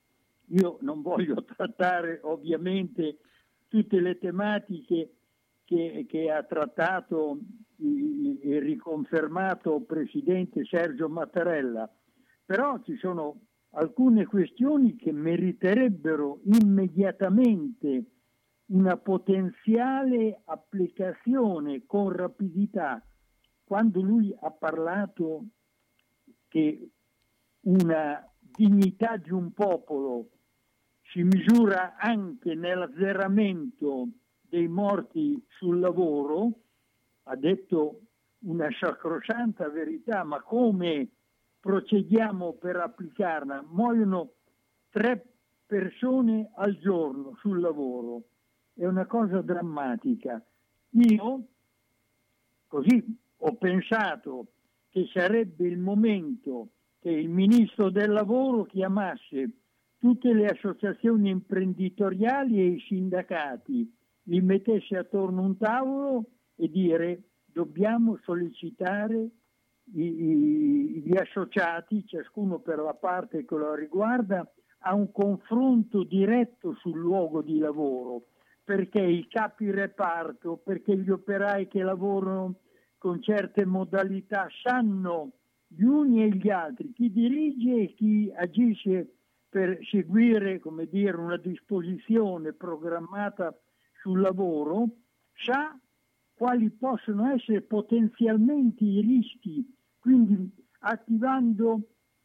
P: io non voglio trattare ovviamente tutte le tematiche che, che ha trattato e riconfermato Presidente Sergio Mattarella, però ci sono alcune questioni che meriterebbero immediatamente una potenziale applicazione con rapidità. Quando lui ha parlato che una dignità di un popolo si misura anche nell'azzeramento dei morti sul lavoro, ha detto una sacrosanta verità, ma come procediamo per applicarla? Muoiono tre persone al giorno sul lavoro, è una cosa drammatica. Io così ho pensato che sarebbe il momento che il Ministro del Lavoro chiamasse tutte le associazioni imprenditoriali e i sindacati, li mettesse attorno a un tavolo e dire dobbiamo sollecitare i, i, gli associati, ciascuno per la parte che lo riguarda, a un confronto diretto sul luogo di lavoro, perché i capi reparto, perché gli operai che lavorano con certe modalità sanno gli uni e gli altri, chi dirige e chi agisce per seguire, come dire, una disposizione programmata sul lavoro, sa quali possono essere potenzialmente i rischi, quindi attivando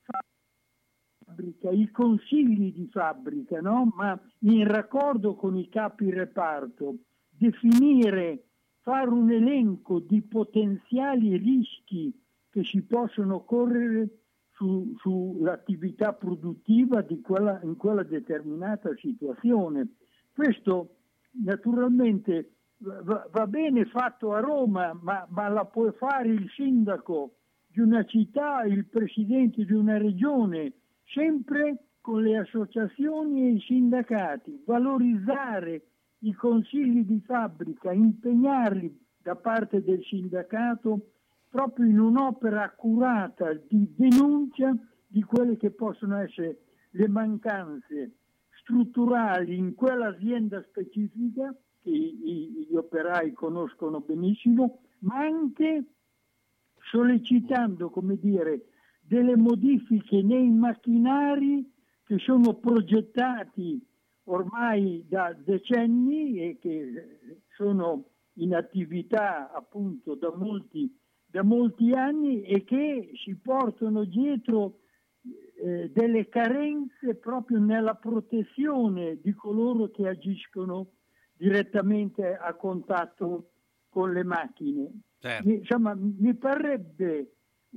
P: fabbrica, i consigli di fabbrica, no? Ma in raccordo con i capi reparto, definire, fare un elenco di potenziali rischi che si possono correre su, sull'attività produttiva di quella, in quella determinata situazione. Questo naturalmente va, va bene fatto a Roma, ma, ma la può fare il sindaco di una città, il presidente di una regione, sempre con le associazioni e i sindacati, valorizzare i consigli di fabbrica, impegnarli da parte del sindacato proprio in un'opera accurata di denuncia di quelle che possono essere le mancanze strutturali in quell'azienda specifica, che i, gli operai conoscono benissimo, ma anche sollecitando, come dire, delle modifiche nei macchinari che sono progettati ormai da decenni e che sono in attività appunto da molti, da molti anni e che si portano dietro eh, delle carenze proprio nella protezione di coloro che agiscono direttamente a contatto con le macchine.
B: Certo.
P: Mi, insomma, mi parrebbe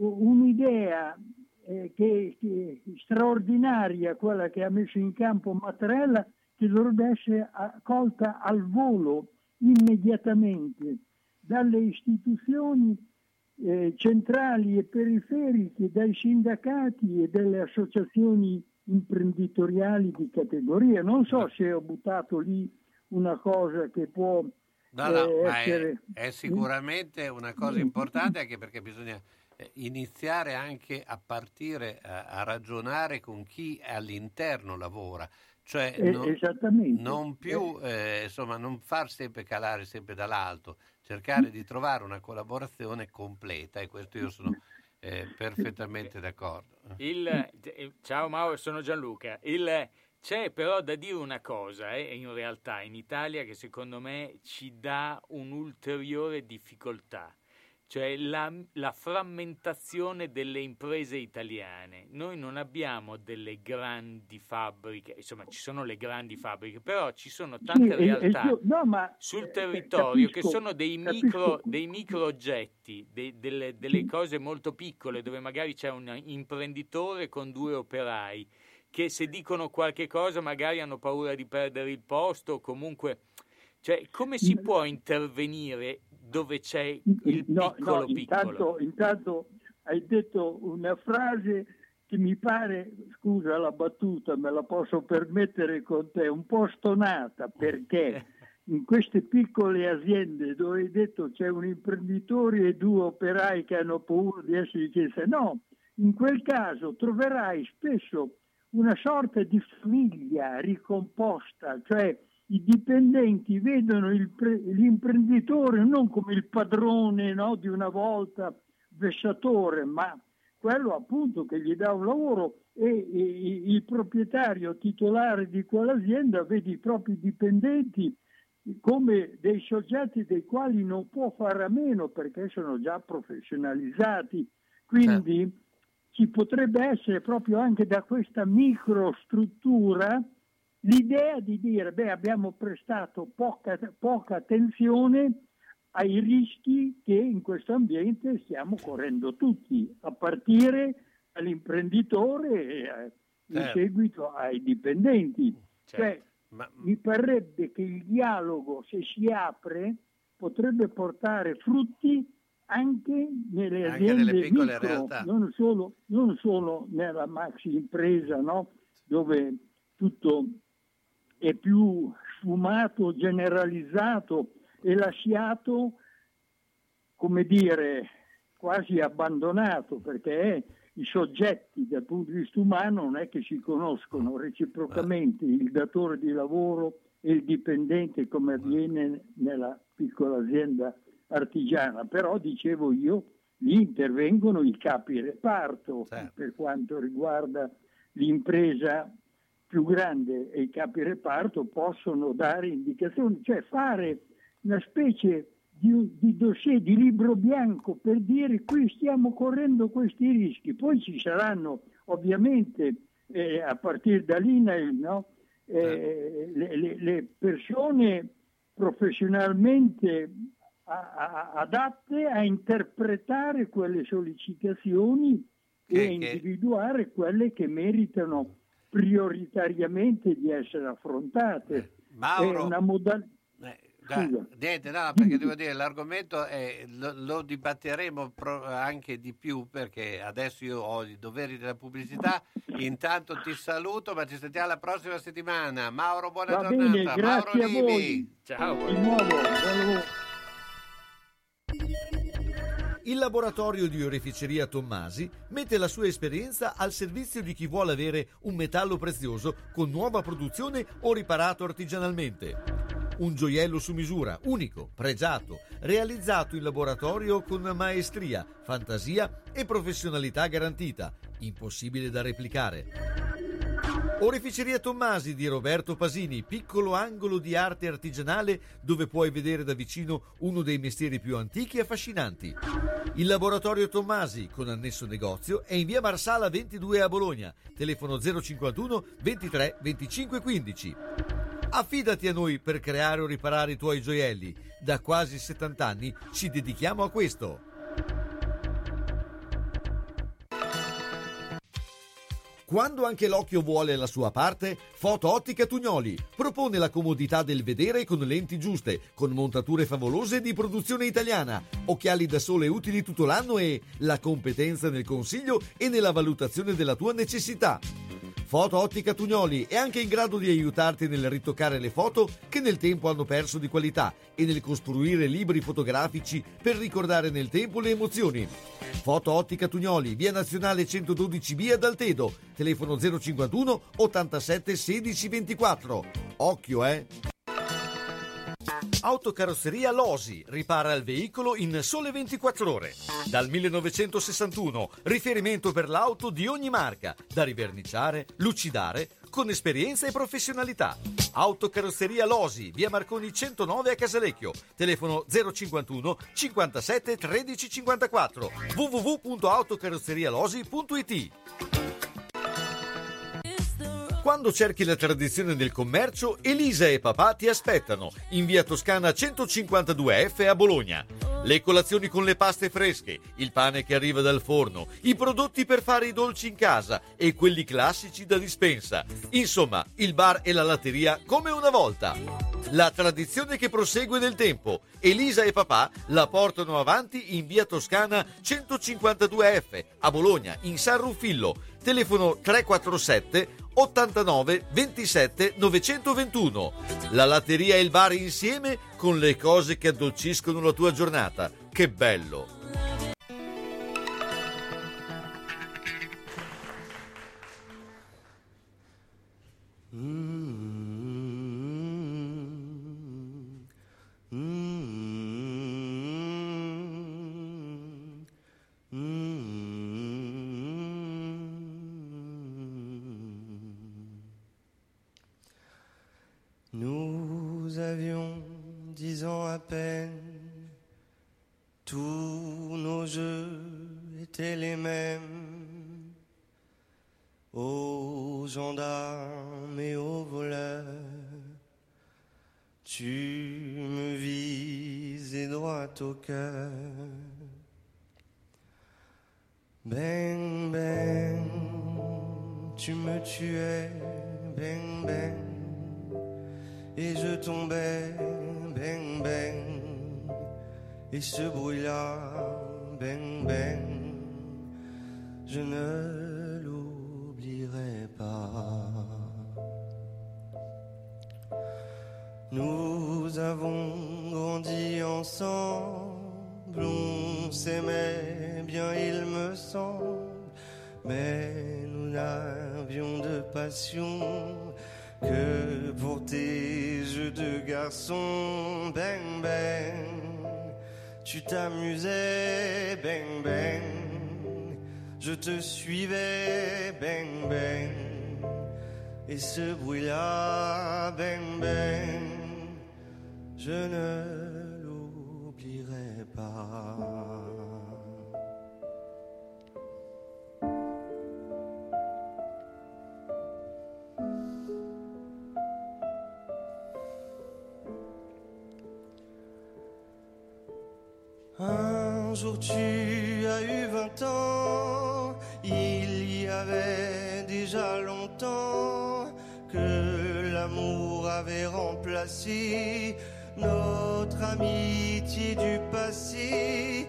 P: un'idea eh, che, che straordinaria quella che ha messo in campo Mattarella, che dovrebbe essere accolta al volo immediatamente dalle istituzioni eh, centrali e periferiche, dai sindacati e dalle associazioni imprenditoriali di categoria. Non so se ho buttato lì una cosa che può
B: No, no,
P: eh,
B: ma
P: essere...
B: è, è sicuramente una cosa importante, anche perché bisogna eh, iniziare anche a partire a, a ragionare con chi all'interno lavora, cioè
P: Eh,
B: non,
P: esattamente.
B: non più eh, insomma non far sempre calare sempre dall'alto, cercare di trovare una collaborazione completa, e questo io sono eh, perfettamente d'accordo.
C: Il, eh, ciao Mauro, sono Gianluca. Il, c'è però da dire una cosa, eh, in realtà in Italia, che secondo me ci dà un'ulteriore difficoltà, cioè la, la frammentazione delle imprese italiane. Noi non abbiamo delle grandi fabbriche, insomma ci sono le grandi fabbriche, però ci sono tante
P: Sì, e- e
C: realtà
P: io- no, ma,
C: sul
P: eh,
C: territorio
P: capisco,
C: che sono dei
P: capisco.
C: micro, dei micro oggetti, dei- delle, delle cose molto piccole, dove magari c'è un imprenditore con due operai che se dicono qualche cosa magari hanno paura di perdere il posto, o comunque, cioè, come si può intervenire dove c'è il
P: No,
C: piccolo
P: no,
C: piccolo?
P: intanto, intanto hai detto una frase che mi pare, scusa la battuta, me la posso permettere con te, un po' stonata, perché in queste piccole aziende dove hai detto c'è un imprenditore e due operai che hanno paura di essere chiesti, no, in quel caso troverai spesso una sorta di famiglia ricomposta, cioè i dipendenti vedono il pre- l'imprenditore non come il padrone, no, di una volta vessatore, ma quello appunto che gli dà un lavoro, e, e il proprietario titolare di quell'azienda vede i propri dipendenti come dei soggetti dei quali non può fare a meno perché sono già professionalizzati. Quindi ci potrebbe essere proprio anche da questa microstruttura l'idea di dire, beh, abbiamo prestato poca, poca attenzione ai rischi che in questo ambiente stiamo correndo tutti, a partire dall'imprenditore e eh, in
B: Certo.
P: seguito ai dipendenti.
B: Certo.
P: Cioè,
B: Ma-
P: mi parrebbe che il dialogo, se si apre, potrebbe portare frutti anche nelle
B: Anche
P: aziende
B: nelle piccole
P: micro,
B: realtà.
P: non solo, non solo nella maxi impresa, no? Dove tutto è più sfumato, generalizzato e lasciato, come dire, quasi abbandonato, perché i soggetti dal punto di vista umano non è che si conoscono reciprocamente, il datore di lavoro e il dipendente, come avviene nella piccola azienda artigiana. Però, dicevo io, lì intervengono i capi reparto,
B: Certo.
P: per quanto riguarda l'impresa più grande e i capi reparto possono dare indicazioni, cioè fare una specie di, di dossier, di libro bianco per dire qui stiamo correndo questi rischi. Poi ci saranno ovviamente eh, a partire dall'I N A I L, no? eh, le, le, le persone professionalmente a, a, adatte a interpretare quelle sollecitazioni e a individuare quelle che meritano prioritariamente di essere affrontate.
B: Mauro,
P: è una modalità.
B: Da, niente, no, perché devo dire l'argomento è, lo, lo dibatteremo pro, anche di più, perché adesso io ho i doveri della pubblicità. Intanto ti saluto, ma ci sentiamo la prossima settimana. Mauro, buona
P: Va
B: giornata.
P: bene, grazie
B: Mauro
P: a
B: Livi.
P: voi.
B: Ciao.
P: Di nuovo, buon
A: Il laboratorio di oreficeria Tommasi mette la sua esperienza al servizio di chi vuole avere un metallo prezioso con nuova produzione o riparato artigianalmente. Un gioiello su misura, unico, pregiato, realizzato in laboratorio con maestria, fantasia e professionalità garantita, impossibile da replicare. Oreficeria Tommasi di Roberto Pasini, piccolo angolo di arte artigianale dove puoi vedere da vicino uno dei mestieri più antichi e affascinanti. Il laboratorio Tommasi, con annesso negozio, è in via Marsala ventidue a Bologna, telefono zero cinquantuno ventitré venticinque quindici. Affidati a noi per creare o riparare i tuoi gioielli. Da quasi settanta anni ci dedichiamo a questo. Quando anche l'occhio vuole la sua parte, Foto Ottica Tugnoli propone la comodità del vedere con lenti giuste, con montature favolose di produzione italiana, occhiali da sole utili tutto l'anno e la competenza nel consiglio e nella valutazione della tua necessità. Foto Ottica Tugnoli è anche in grado di aiutarti nel ritoccare le foto che nel tempo hanno perso di qualità e nel costruire libri fotografici per ricordare nel tempo le emozioni. Foto Ottica Tugnoli, via Nazionale centododici B ad Altedo, telefono zero cinquantuno ottantasette sedici ventiquattro. Occhio, eh! Autocarrozzeria Losi ripara il veicolo in sole ventiquattro ore. Dal millenovecentosessantuno, riferimento per l'auto di ogni marca, da riverniciare, lucidare, con esperienza e professionalità. Autocarrozzeria Losi, via Marconi centonove a Casalecchio, telefono zero cinquantuno cinquantasette tredici cinquantaquattro, w w w punto autocarrozzerialosi punto i t. Quando cerchi la tradizione del commercio, Elisa e papà ti aspettano in via Toscana centocinquantadue F a Bologna. Le colazioni con le paste fresche, il pane che arriva dal forno, i prodotti per fare i dolci in casa e quelli classici da dispensa. Insomma, il bar e la latteria come una volta. La tradizione che prosegue nel tempo. Elisa e papà la portano avanti in via Toscana centocinquantadue F a Bologna, in San Ruffillo. Telefono tre quattro sette ottantanove ventisette novecentoventuno. La latteria e il bar insieme con le cose che addolciscono la tua giornata. Che bello!
F: Nous avions dix ans à peine, tous nos jeux étaient les mêmes, aux gendarmes et aux voleurs, tu me visais droit au cœur. Bang, bang, tu me tuais, bang, bang. Et je tombais, bang, bang, et ce bruit-là, bang, bang, je ne l'oublierai pas. Nous avons grandi ensemble, on s'aimait bien, il me semble, mais nous n'avions de passion que pour tes jeux de garçon. Bang, bang, tu t'amusais, bang, bang, je te suivais, bang, bang, et ce bruit-là, ben ben, je ne l'oublierai pas. Un jour tu as eu vingt ans, il y avait déjà longtemps que l'amour avait remplacé notre amitié du passé,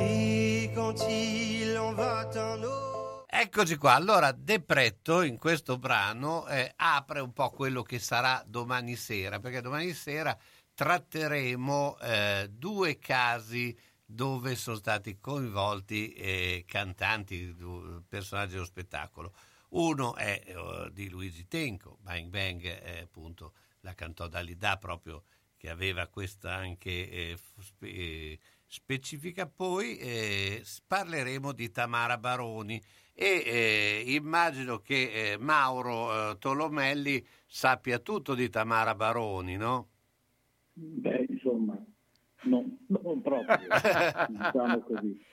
F: et quand il en va un autre.
B: Eccoci qua, allora De Pretto in questo brano eh, apre un po' quello che sarà domani sera, perché domani sera tratteremo eh, due casi dove sono stati coinvolti eh, cantanti, personaggi dello spettacolo. Uno è eh, di Luigi Tenco, Bang Bang, eh, appunto, la cantò Dalida, proprio, che aveva questa anche eh, spe- eh, specifica. Poi eh, parleremo di Tamara Baroni e eh, immagino che eh, Mauro eh, Tolomelli sappia tutto di Tamara Baroni, no?
P: Beh, insomma, no, non proprio, diciamo così.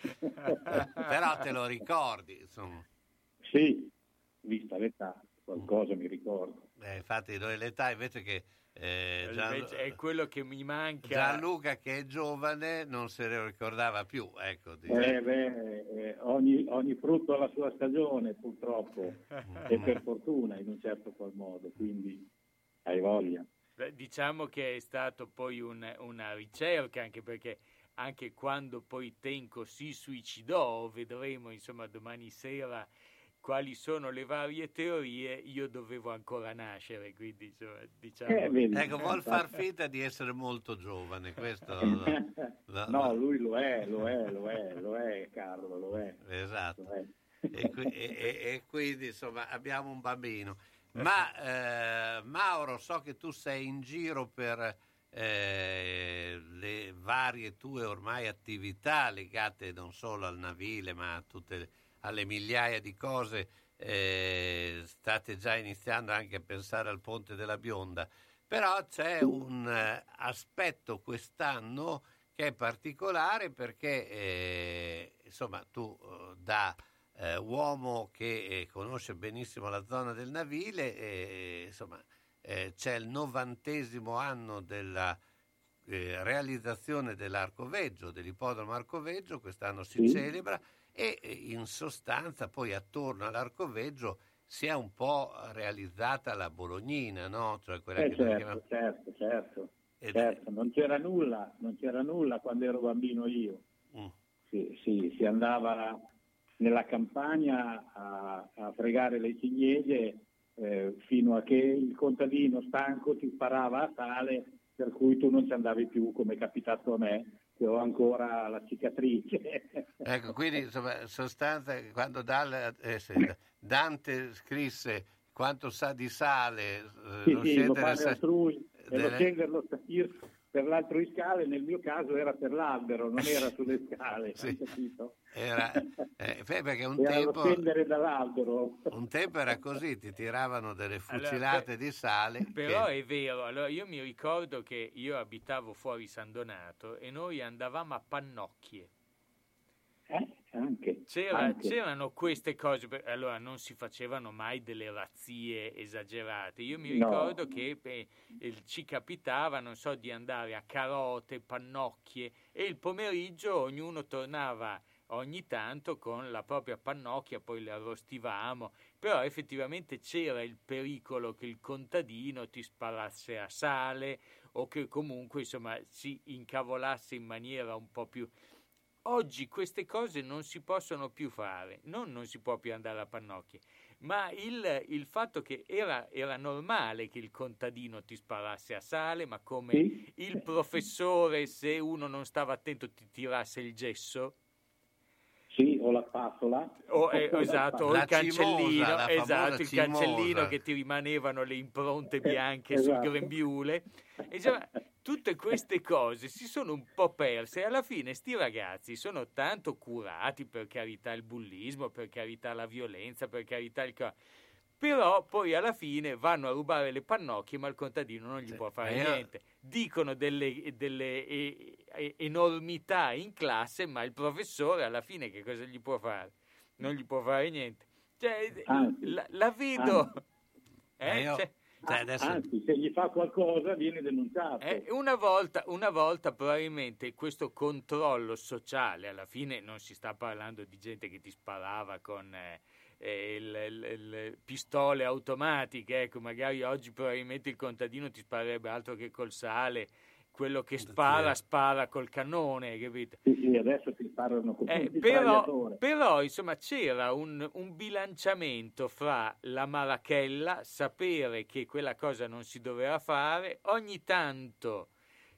B: Però te lo ricordi, insomma.
P: Sì, vista l'età, qualcosa mi ricordo.
B: Eh, infatti noi l'età invece che eh, Gian...
C: invece è quello che mi manca.
B: Gianluca, che è giovane, non se lo ricordava più, ecco.
P: Eh, beh, eh, ogni, ogni frutto ha la sua stagione, purtroppo, e per fortuna in un certo qual modo, quindi hai voglia.
C: Diciamo che è stato poi un, una ricerca, anche perché anche quando poi Tenco si suicidò, vedremo insomma domani sera quali sono le varie teorie, io dovevo ancora nascere, quindi insomma, diciamo...
P: Eh, vedi,
B: ecco, vuol far finta di essere molto giovane, questo...
P: no, no, lui lo è, lo è, lo è, lo è, Carlo, lo è.
B: Esatto.
P: Lo è.
B: E, qui, e, e quindi insomma abbiamo un bambino. Ma eh, Mauro, so che tu sei in giro per eh, le varie tue ormai attività legate non solo al navile ma a tutte, alle migliaia di cose. Eh, state già iniziando anche a pensare al Ponte della Bionda, però c'è un eh, aspetto quest'anno che è particolare perché eh, insomma tu eh, da Eh, uomo che eh, conosce benissimo la zona del navile, eh, insomma eh, c'è il novantesimo anno della eh, realizzazione dell'Arcoveggio, dell'ippodromo Arcoveggio, quest'anno si
P: sì.
B: celebra e eh, in sostanza poi attorno all'Arcoveggio si è un po' realizzata la Bolognina, no? Cioè quella
P: eh,
B: che
P: certo,
B: chiama...
P: certo, certo,
B: Ed
P: certo. Non c'era nulla, non c'era nulla quando ero bambino io.
B: Mm.
P: Sì, sì, si andava nella campagna a, a fregare le ciliegie eh, fino a che il contadino stanco ti sparava a sale, per cui tu non ci andavi più, come è capitato a me, che ho ancora la cicatrice.
B: Ecco, quindi insomma, in sostanza quando Dal, eh, Dante scrisse quanto sa di sale, eh,
P: sì,
B: non
P: sì, lo fa
B: sa...
P: altrui,
B: delle...
P: e lo scenderlo io per l'altro in scale, nel mio caso era per l'albero, non era sulle scale,
B: sì.
P: hai capito?
B: Era, eh, perché un
P: era
B: tempo,
P: lo scendere dall'albero.
B: Un tempo era così, ti tiravano delle fucilate allora, per, di sale.
C: Però
B: che...
C: è vero, allora io mi ricordo che io abitavo fuori San Donato e noi andavamo a Pannocchie.
P: Eh, anche,
C: C'era,
P: anche.
C: C'erano queste cose, allora non si facevano mai delle razzie esagerate. Io mi ricordo no. che beh, ci capitava, non so, di andare a Carote, Pannocchie e il pomeriggio ognuno tornava ogni tanto con la propria pannocchia, poi le arrostivamo, però effettivamente c'era il pericolo che il contadino ti sparasse a sale o che comunque insomma si incavolasse in maniera un po' più... Oggi queste cose non si possono più fare, non non si può più andare a Pannocchie, ma il, il fatto che era, era normale che il contadino ti sparasse a sale, ma come sì. il professore, se uno non stava attento, ti tirasse il gesso.
P: Sì, o la spatola.
C: O, eh, esatto, o il cancellino,
B: cimosa,
C: esatto, il
B: cimosa.
C: cancellino che ti rimanevano le impronte bianche esatto. sul grembiule. E insomma, tutte queste cose si sono un po' perse e alla fine sti ragazzi sono tanto curati, per carità il bullismo, per carità la violenza, per carità il... Però poi alla fine vanno a rubare le pannocchie, ma il contadino non gli sì, può fare io... niente. Dicono delle, delle e, e, enormità in classe, ma il professore alla fine che cosa gli può fare? Non gli può fare niente. Cioè, anzi, la, la vedo...
B: Anzi, eh, io...
C: cioè,
B: Cioè adesso...
P: Anzi, se gli fa qualcosa viene denunciato.
C: Eh, una, volta, una volta probabilmente questo controllo sociale, alla fine non si sta parlando di gente che ti sparava con eh, eh, le, le, le pistole automatiche, ecco, magari oggi probabilmente il contadino ti sparerebbe altro che col sale, quello che spara spara col cannone, capito?
P: Sì, sì, adesso ti sparano con
C: eh,
P: tutti
C: però, però insomma c'era un, un bilanciamento fra la marachella, sapere che quella cosa non si doveva fare, ogni tanto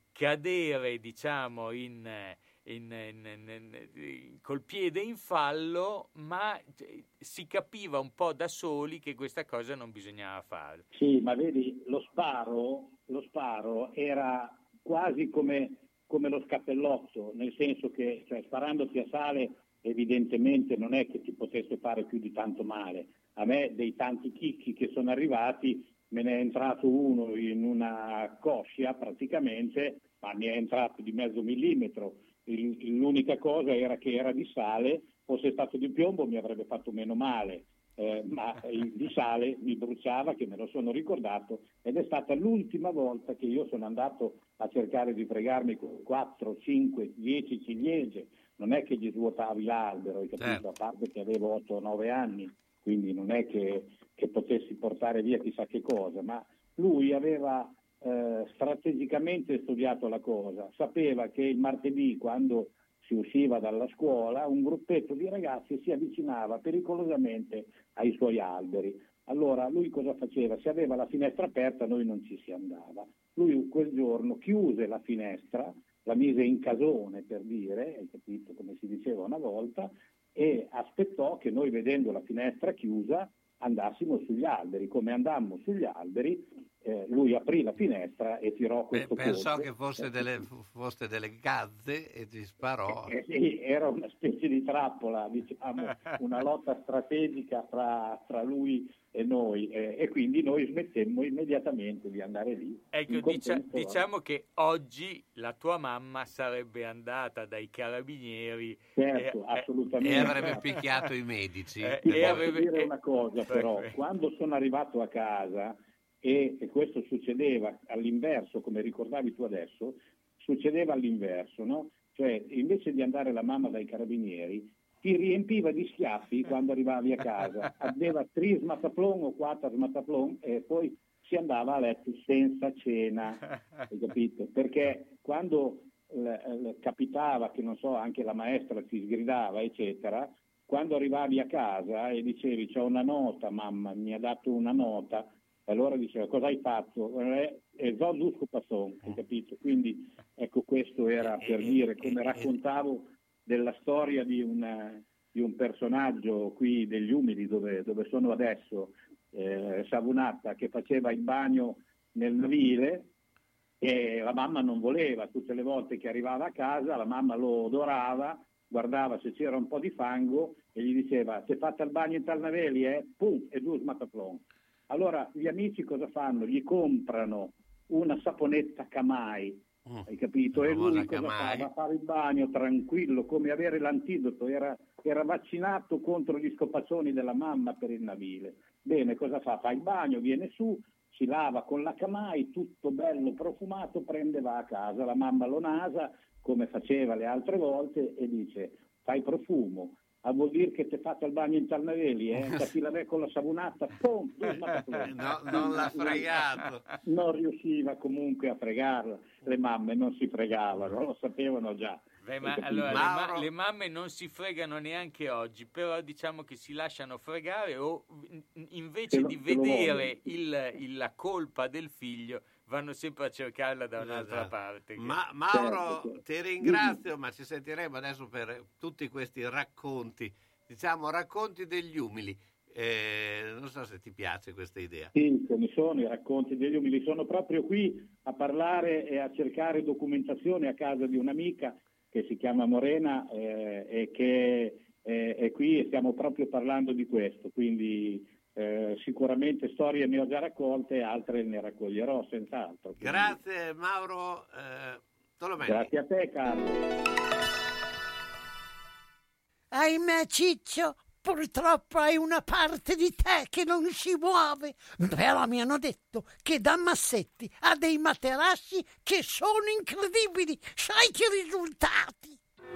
C: cadere diciamo in, in, in, in, in col piede in fallo, ma si capiva un po' da soli che questa cosa non bisognava fare.
P: Sì, ma vedi, lo sparo, lo sparo era quasi come, come lo scappellotto, nel senso che cioè, sparandoti a sale evidentemente non è che ti potesse fare più di tanto male. A me dei tanti chicchi che sono arrivati me ne è entrato uno in una coscia praticamente, ma mi è entrato di mezzo millimetro. Il, l'unica cosa era che era di sale, fosse stato di piombo mi avrebbe fatto meno male. Eh, ma eh, di sale mi bruciava, che me lo sono ricordato, ed è stata l'ultima volta che io sono andato a cercare di fregarmi con quattro, cinque, dieci ciliegie. Non è che gli svuotavi l'albero, hai capito? Certo. A parte che avevo otto o nove anni, quindi non è che, che potessi portare via chissà che cosa, ma lui aveva eh, strategicamente studiato la cosa, sapeva che il martedì, quando si usciva dalla scuola, un gruppetto di ragazzi si avvicinava pericolosamente ai suoi alberi. Allora lui cosa faceva? Se aveva la finestra aperta noi non ci si andava. Lui quel giorno chiuse la finestra, la mise in casone per dire, hai capito come si diceva una volta, e aspettò che noi, vedendo la finestra chiusa, andassimo sugli alberi. Come andammo sugli alberi, eh, lui aprì la finestra e tirò questo
B: Beh, pensò
P: colpo.
B: che fosse delle, fosse delle gazze e ti sparò.
P: Eh, sì, era una specie di trappola, diciamo, una lotta strategica fra, fra lui e noi, eh, e quindi noi smettemmo immediatamente di andare lì.
C: Ecco, dicia, diciamo che oggi la tua mamma sarebbe andata dai carabinieri,
P: certo,
C: e,
P: assolutamente,
B: e avrebbe picchiato i medici.
P: Eh, Ti e posso avrebbe... dire una cosa però, quando sono arrivato a casa, e, e questo succedeva all'inverso, come ricordavi tu adesso, succedeva all'inverso, no? Cioè invece di andare la mamma dai carabinieri ti riempiva di schiaffi quando arrivavi a casa, aveva tre smataplon o quattro smataplon e poi si andava a letto senza cena, hai capito? Perché quando l- l- capitava che non so, anche la maestra ti sgridava eccetera, quando arrivavi a casa e dicevi c'ho una nota, mamma mi ha dato una nota, allora diceva cosa hai fatto? E zo dusco passon, hai capito? Quindi ecco, questo era per dire, come raccontavo della storia di, una, di un personaggio qui degli Umili dove, dove sono adesso, eh, Savunatta, che faceva il bagno nel navile e la mamma non voleva. Tutte le volte che arrivava a casa la mamma lo odorava, guardava se c'era un po' di fango e gli diceva se fate il bagno in tal naveli eh? Pum, e giù smataplon. Allora gli amici cosa fanno? Gli comprano una saponetta Camai, mm. hai capito? E lui cosa fa? Va a fare il bagno tranquillo, come avere l'antidoto, era, era vaccinato contro gli scopaccioni della mamma per il navile. Bene, cosa fa? Fa il bagno, viene su, si lava con la Camai, tutto bello profumato, prende, va a casa, la mamma lo nasa come faceva le altre volte e dice fai profumo. A vuol dire che ti hai fatto il bagno in Tarnaveli, eh? Capila me con la savunata, pum,
B: no, non l'ha fregato.
P: Non riusciva comunque a fregarla, le mamme non si fregavano, lo sapevano già.
C: Beh, ma allora, le, ma- le mamme non si fregano neanche oggi, però diciamo che si lasciano fregare o invece lo, di vedere il, il, la colpa del figlio vanno sempre a cercarla da un'altra esatto. parte.
B: Ma Mauro, certo, ti ringrazio, ma ci sentiremo adesso per tutti questi racconti, diciamo racconti degli umili. Eh, non so se ti piace questa idea.
P: Sì, come sono i racconti degli umili, sono proprio qui a parlare e a cercare documentazione a casa di un'amica che si chiama Morena eh, e che eh, è qui e stiamo proprio parlando di questo, quindi
Q: eh, sicuramente storie ne ho già raccolte, altre ne raccoglierò senz'altro. Quindi...
B: Grazie Mauro eh, Tolomei.
Q: Grazie a te Carlo.
H: Ahimè Ciccio, purtroppo hai una parte di te che non si muove, però mi hanno detto che da Massetti ha dei materassi che sono incredibili. Sai che risultati?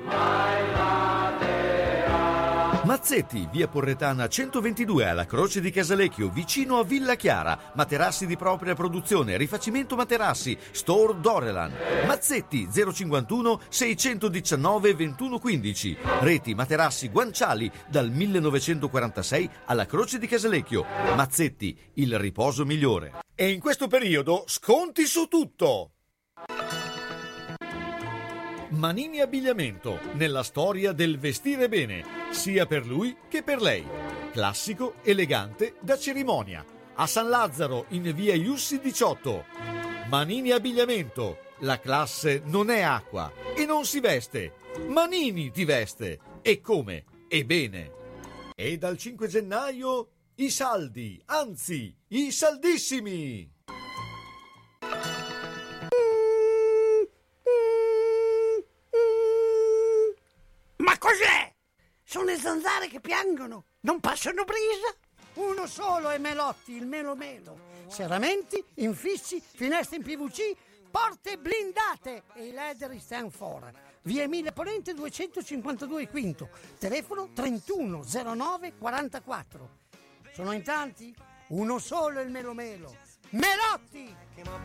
A: Mazzetti, via Porretana centoventidue alla Croce di Casalecchio, vicino a Villa Chiara. Materassi di propria produzione, rifacimento materassi, Store Dorelan. Mazzetti zero cinquantuno seicentodiciannove ventuno quindici. Reti, materassi, guanciali dal millenovecentoquarantasei alla Croce di Casalecchio. Mazzetti, il riposo migliore. E in questo periodo sconti su tutto. Manini Abbigliamento, nella storia del vestire bene, sia per lui che per lei. Classico, elegante, da cerimonia. A San Lazzaro, in via Iussi diciotto. Manini Abbigliamento, la classe non è acqua e non si veste. Manini ti veste. E come? E bene. E dal cinque gennaio i saldi, anzi, i saldissimi.
H: Ma cos'è? Sono le zanzare che piangono, non passano brisa. Uno solo è Melotti, il Melo Melo. Serramenti, infissi, finestre in P V C, porte blindate e i leder stand for. Via Emilia Ponente duecentocinquantadue Quinto, telefono trentuno zero nove quarantaquattro. Sono in tanti? Uno solo è il Melo Melo. Melotti!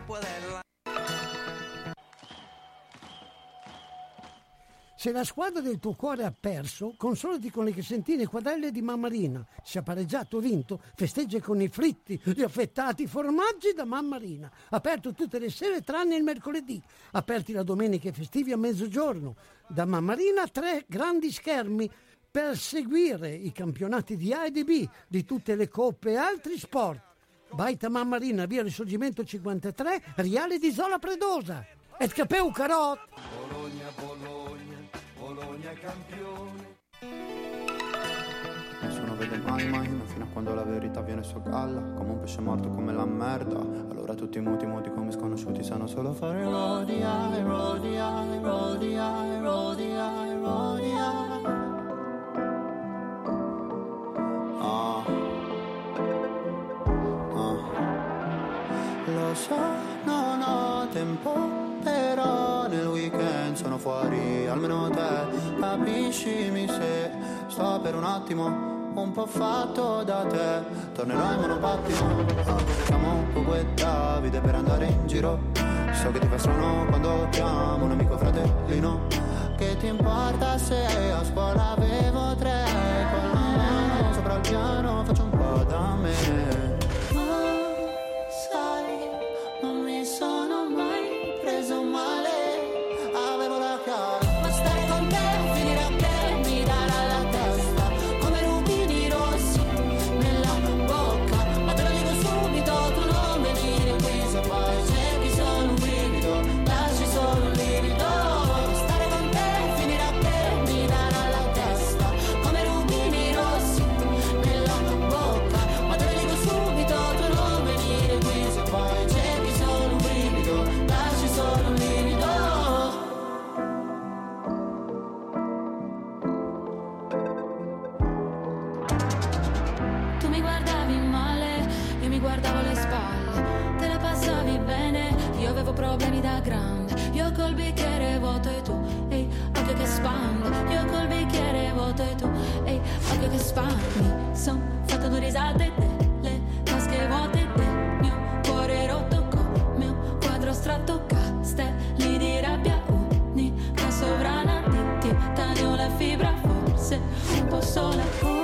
H: Se la squadra del tuo cuore ha perso, consolati con le crescentine quadrelle di Mammarina. Se ha pareggiato o vinto, festeggia con i fritti, gli affettati formaggi da Mammarina. Aperto tutte le sere tranne il mercoledì. Aperti la domenica e festivi a mezzogiorno. Da Mammarina tre grandi schermi per seguire i campionati di A e di B, di tutte le coppe e altri sport. Baita Mammarina, via Risorgimento cinquantatré, Riale di Zola Predosa. Et capeu carot!
F: Bologna, Bologna, Bologna campione.
R: Nessuno vede mai mai, ma fino a quando la verità viene su galla, come un pesce morto, come la merda. Allora tutti muti muti come sconosciuti sanno solo fare rodia, rodia, rodia, rodia, rodia. Ah, ah. Lo so, non ho tempo, però nel weekend sono fuori, almeno te capiscimi se sto per un attimo un po' fatto da te. Tornerò in monopattino, siamo un po' e Davide per andare in giro. So che ti fa strano quando chiamo un amico fratellino. Che ti importa se a scuola avevo tre, con la mano sopra il piano faccio un po' da me.
S: Problemi da grande, io col bicchiere vuoto e tu, ehi, occhio che spande, io col bicchiere vuoto e tu, ehi, occhio che spandi, son fatta due risate delle tasche vuote del mio cuore rotto come un quadro astratto, castelli di rabbia, unica sovrana di titanio, la fibra forse un po' sola con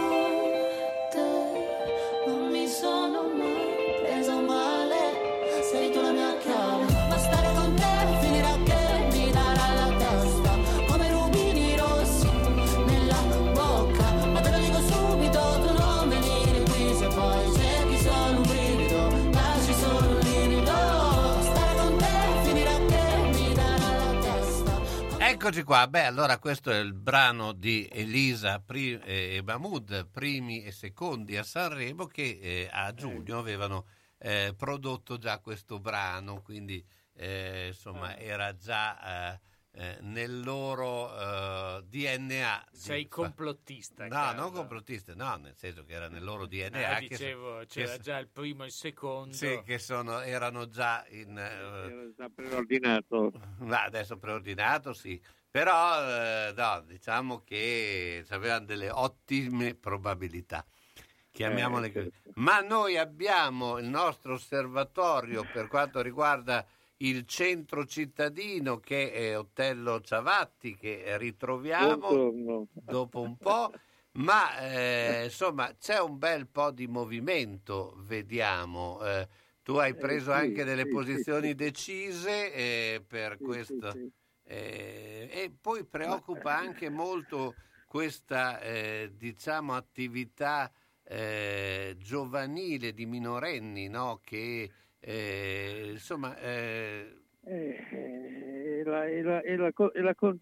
S: te, non mi sono mai presa male, sei tu la mia chiave. Stare con te finirà che mi darà la testa come rubini rossi nella bocca, ma te lo dico subito, tu non venire qui se poi cerchi solo un brivido, lasci solo un livido. Stare con te finirà che mi darà la testa.
B: Eccoci qua, beh allora questo è il brano di Elisa Pri- e Mahmood, primi e secondi a Sanremo, che eh, a giugno avevano eh, prodotto già questo brano, quindi eh, insomma era già eh, eh, nel loro eh, D N A.
C: Sei
B: fa-
C: complottista.
B: No,
C: Carlo.
B: non complottista, no, nel senso che era nel loro D N A.
C: Ah,
B: che
C: dicevo,
B: so-
C: c'era
B: che so-
C: già il primo e il secondo.
B: Sì, che sono, erano già in... eh,
Q: Era già preordinato.
B: ma adesso preordinato, sì. Però, eh, no, diciamo che avevano delle ottime probabilità. Chiamiamole
Q: Eh,
B: così.
Q: certo.
B: Ma noi abbiamo il nostro osservatorio per quanto riguarda il centro cittadino, che è Otello Ciavatti, che ritroviamo
Q: Buongiorno.
B: dopo un po'. Ma eh, insomma c'è un bel po' di movimento, vediamo. Eh, tu hai preso
Q: sì,
B: anche delle
Q: sì,
B: posizioni
Q: sì, sì.
B: decise eh, per
Q: Sì,
B: questo.
Q: sì, sì.
B: Eh, e poi preoccupa anche molto questa eh, diciamo attività eh, giovanile di minorenni, no? Che eh, insomma eh,
Q: Eh, eh, la, è la- è la co- è la con-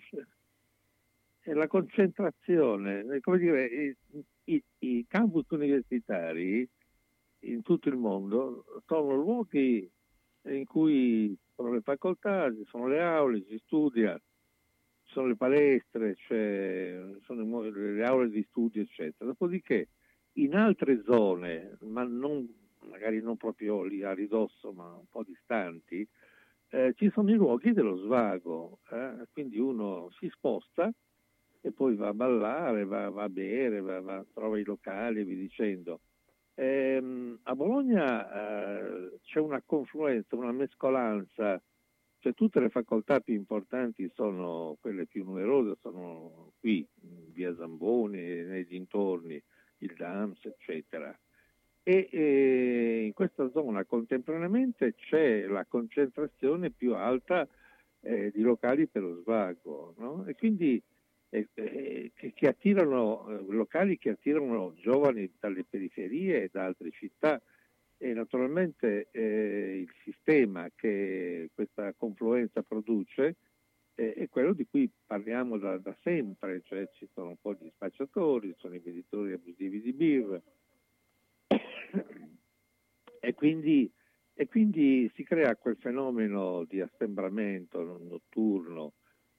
Q: è la concentrazione, eh, come dire, i, i- i campus universitari in tutto il mondo sono luoghi in cui sono le facoltà, ci sono le aule, si studia, ci sono le palestre, cioè, sono i mo- le aule di studio, eccetera. Dopodiché in altre zone, ma non, magari non proprio lì a ridosso, ma un po' distanti, eh, ci sono i luoghi dello svago, eh? Quindi uno si sposta e poi va a ballare, va, va a bere, va, va, trova i locali e via dicendo. Ehm, a Bologna eh, c'è una confluenza, una mescolanza, cioè tutte le facoltà più importanti sono, quelle più numerose sono qui, in via Zamboni, nei dintorni, il DAMS, eccetera. E eh, in questa zona contemporaneamente c'è la concentrazione più alta eh, di locali per lo svago, no? E quindi eh, eh, che, che attirano eh, locali che attirano giovani dalle periferie e da altre città, e naturalmente eh, il sistema che questa confluenza produce eh, è quello di cui parliamo da, da sempre, cioè ci sono un po' di spacciatori, ci sono i venditori abusivi di birra e quindi, e quindi si crea quel fenomeno di assembramento notturno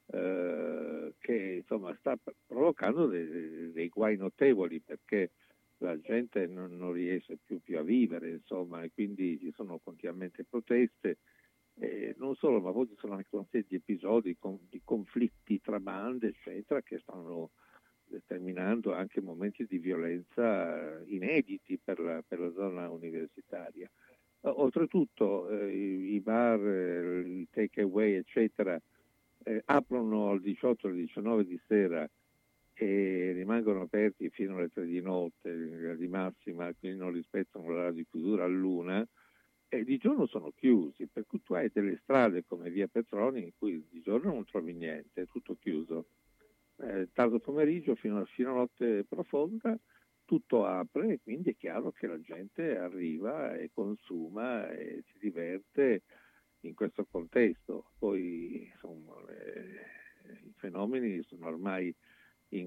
Q: eh, che insomma sta provocando dei, dei guai notevoli, perché la gente non, non riesce più, più a vivere, insomma, e quindi ci sono continuamente proteste, eh, non solo, ma poi ci sono anche una serie di episodi con, di conflitti tra bande, eccetera, che stanno determinando anche momenti di violenza inediti per la, per la zona universitaria. Oltretutto eh, i, i bar, eh, i take away, eccetera, eh, aprono alle diciotto alle diciannove di sera e rimangono aperti fino alle tre di notte di massima, quindi non rispettano l'orario di chiusura all'una, e di giorno sono chiusi, per cui tu hai delle strade come via Petroni in cui di giorno non trovi niente, è tutto chiuso. Eh, tardo pomeriggio fino a, fino a notte profonda tutto apre, e quindi è chiaro che la gente arriva e consuma e si diverte in questo contesto. Poi insomma le, i fenomeni sono ormai in,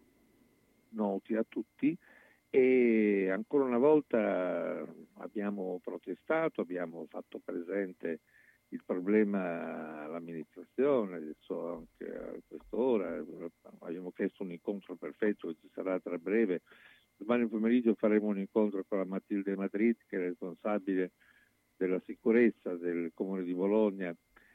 Q: noti a tutti, e ancora una volta abbiamo protestato, abbiamo fatto presente il problema all'amministrazione, adesso anche a quest'ora abbiamo chiesto un incontro perfetto che ci sarà tra breve. Domani pomeriggio faremo un incontro con la Matilde Madrid, che è responsabile della sicurezza del Comune di Bologna,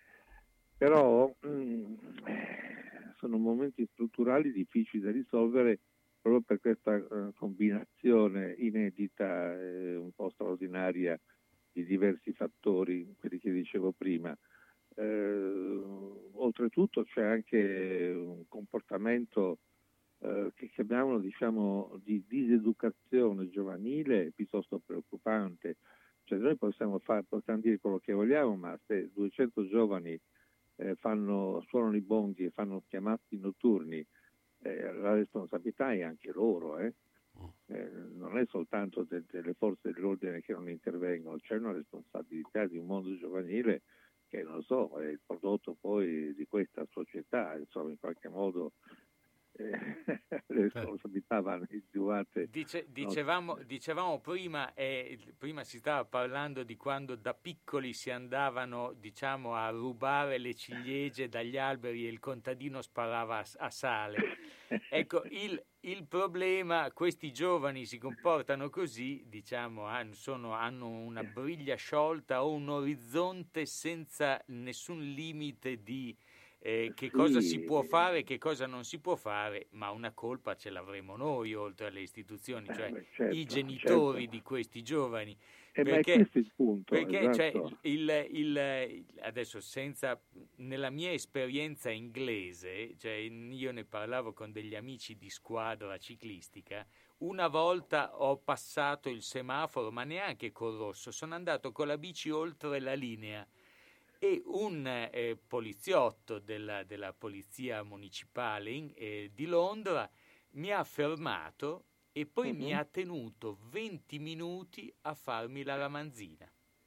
Q: però mh, sono momenti strutturali difficili da risolvere proprio per questa uh, combinazione inedita e un po' straordinaria di diversi fattori, quelli che dicevo prima. Eh, oltretutto c'è anche un comportamento eh, che chiamiamolo diciamo di diseducazione giovanile piuttosto preoccupante. Cioè noi possiamo, fare, possiamo dire quello che vogliamo, ma se duecento giovani eh, fanno, suonano i bondi e fanno chiamati notturni, eh, la responsabilità è anche loro, eh? Eh, non è soltanto de- delle forze dell'ordine che non intervengono, c'è una responsabilità di un mondo giovanile che non so, è il prodotto poi di questa società, insomma in qualche modo eh, le responsabilità vanno individuate.
C: Dice, dicevamo, dicevamo prima, eh, prima si stava parlando di quando da piccoli si andavano, diciamo, a rubare le ciliegie dagli alberi e il contadino sparava a, a sale. Ecco, il, il problema, questi giovani si comportano così, diciamo, hanno, sono, hanno una briglia sciolta o un orizzonte senza nessun limite di eh, che cosa si può fare e che cosa non si può fare, ma una colpa ce l'avremo noi oltre alle istituzioni, cioè
Q: eh, certo,
C: i genitori
Q: certo.
C: di questi giovani.
Q: Eh,
C: perché,
Q: ma questo è il punto,
C: perché
Q: esatto.
C: cioè, il, il, adesso senza nella mia esperienza inglese, cioè io ne parlavo con degli amici di squadra ciclistica, una volta ho passato il semaforo, ma neanche col rosso, sono andato con la bici oltre la linea e un eh, poliziotto della, della polizia municipale in, eh, di Londra mi ha fermato e poi uh-huh. mi ha tenuto venti minuti a farmi la ramanzina.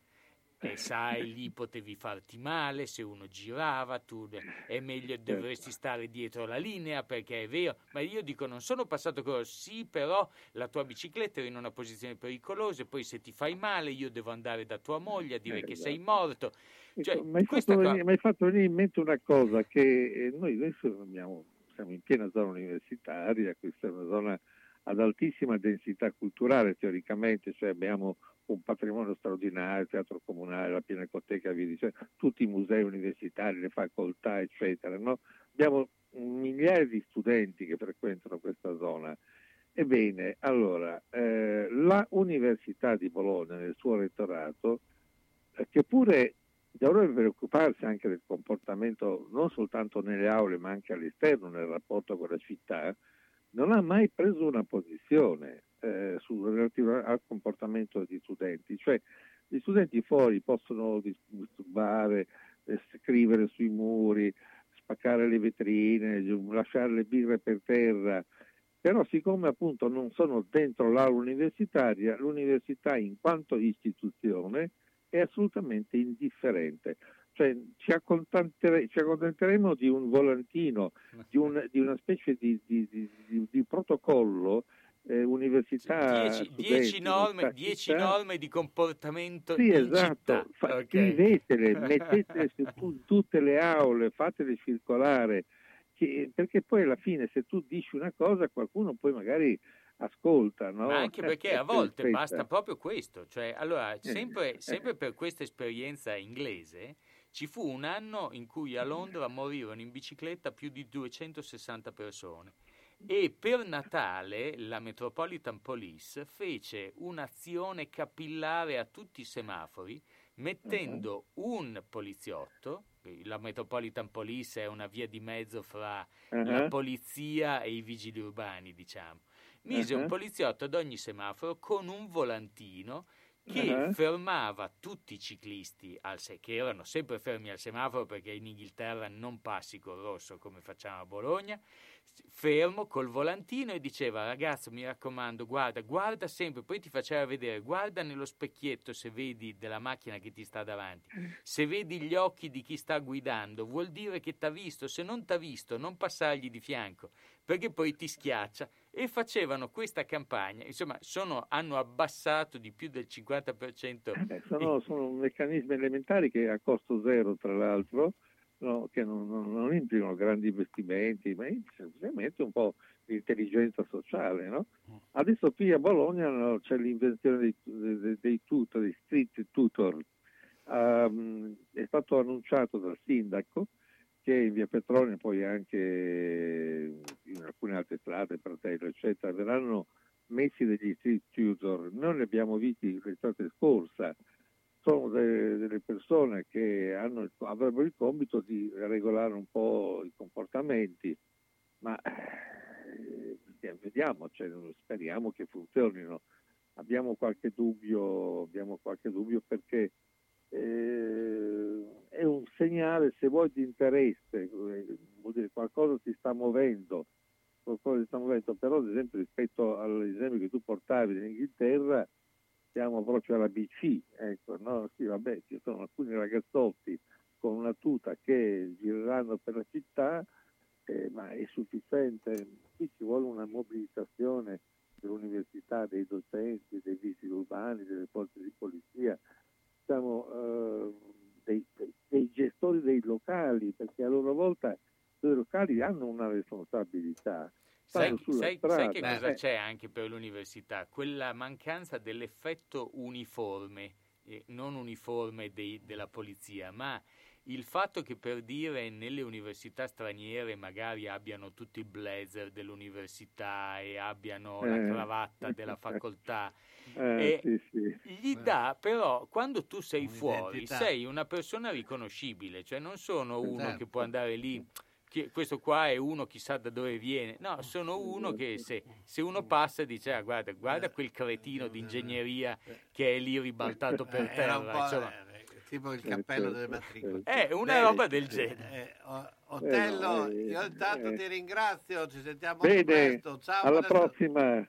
C: E sai, lì potevi farti male se uno girava, tu è meglio, dovresti stare dietro la linea perché è vero, ma io dico non sono passato con sì, però la tua bicicletta è in una posizione pericolosa, poi se ti fai male io devo andare da tua moglie a dire eh, che esatto. sei morto. Cioè,
Q: ecco, mi hai fatto,
C: qua...
Q: fatto venire in mente una cosa, che noi adesso abbiamo, siamo in piena zona universitaria, questa è una zona ad altissima densità culturale teoricamente, cioè abbiamo un patrimonio straordinario, il teatro comunale, la Pinacoteca, via dicendo, tutti i musei universitari, le facoltà, eccetera, no? Abbiamo migliaia di studenti che frequentano questa zona. Ebbene, allora, eh, la Università di Bologna, nel suo rettorato, eh, che pure dovrebbe preoccuparsi anche del comportamento non soltanto nelle aule ma anche all'esterno, nel rapporto con la città, non ha mai preso una posizione eh, su, relativa al comportamento degli studenti, cioè gli studenti fuori possono disturbare, eh, scrivere sui muri, spaccare le vetrine, lasciare le birre per terra, però siccome appunto non sono dentro l'aula universitaria, l'università in quanto istituzione è assolutamente indifferente. Cioè ci, accontentare, ci accontenteremo di un volantino, di, un, di una specie di, di, di, di, di protocollo eh, università
C: dieci norme, dieci norme di comportamento
Q: sì,
C: in
Q: esatto.
C: città.
Q: Fa,
C: okay.
Q: Scrivetele, mettetele su tu, tutte le aule, fatele circolare, che, perché poi alla fine se tu dici una cosa qualcuno poi magari ascolta, no?
C: Ma anche perché
Q: eh,
C: a volte
Q: aspetta.
C: basta proprio questo, cioè allora sempre, sempre per questa esperienza inglese ci fu un anno in cui a Londra morirono in bicicletta più di duecentosessanta persone e per Natale la Metropolitan Police fece un'azione capillare a tutti i semafori mettendo uh-huh. un poliziotto, la Metropolitan Police è una via di mezzo fra uh-huh. la polizia e i vigili urbani, diciamo, mise uh-huh. un poliziotto ad ogni semaforo con un volantino che uh-huh. fermava tutti i ciclisti al se- che erano sempre fermi al semaforo perché in Inghilterra non passi col rosso come facciamo a Bologna, fermo col volantino e diceva ragazzo mi raccomando guarda, guarda sempre, poi ti faceva vedere, guarda nello specchietto se vedi della macchina che ti sta davanti, se vedi gli occhi di chi sta guidando vuol dire che t'ha visto, se non t'ha visto non passargli di fianco perché poi ti schiaccia. E facevano questa campagna, insomma sono, hanno abbassato di più del cinquanta per cento.
Q: Eh beh, sono, sono meccanismi elementari che a costo zero tra l'altro, no, che non, non, non implicano grandi investimenti, ma semplicemente un po' di intelligenza sociale. No? Adesso qui a Bologna no, c'è l'invenzione dei, dei, dei tutor, dei street tutor. Um, è stato annunciato dal sindaco che in via Petronia, poi anche in alcune altre strade, Pratello, eccetera, verranno messi degli street tutor. Noi li abbiamo visti l'estate scorsa, sono delle, delle persone che hanno, avrebbero il compito di regolare un po' i comportamenti, ma eh, vediamo, cioè, speriamo che funzionino. Abbiamo qualche dubbio, abbiamo qualche dubbio perché Eh, è un segnale, se vuoi, di interesse, vuol dire qualcosa si sta muovendo, qualcosa si sta muovendo, però ad esempio rispetto all'esempio che tu portavi in Inghilterra siamo proprio alla B C, ecco, no? Sì, vabbè, ci sono alcuni ragazzotti con una tuta che gireranno per la città, eh, ma è sufficiente. Qui ci vuole una mobilitazione dell'università, dei docenti, dei vigili urbani, delle forze di polizia, diciamo, eh, dei, dei, dei gestori dei locali, perché a loro volta i locali hanno una responsabilità.
C: Sai, sai, sai che cosa
Q: eh.
C: c'è anche per l'università? Quella mancanza dell'effetto uniforme, eh, non uniforme dei, della polizia, ma il fatto che, per dire, nelle università straniere magari abbiano tutti i blazer dell'università e abbiano eh. la cravatta della facoltà,
Q: eh,
C: e
Q: sì, sì.
C: gli dà, però quando tu sei fuori sei una persona riconoscibile, cioè non sono uno
B: certo.
C: che può andare lì, che questo qua è uno chissà da dove viene, no, sono uno che se, se uno passa dice ah, guarda, guarda quel cretino di ingegneria che è lì ribaltato per
B: Era un
C: terra,
B: po',
C: insomma.
B: eh, tipo il cappello delle matricole.
C: È una
B: Bene,
C: roba del genere.
B: eh, O- Otello,
Q: Eh, no, eh,
B: io intanto
Q: eh.
B: ti ringrazio, ci sentiamo
Q: Bene,
B: presto. Ciao,
Q: alla
B: buona
Q: prossima.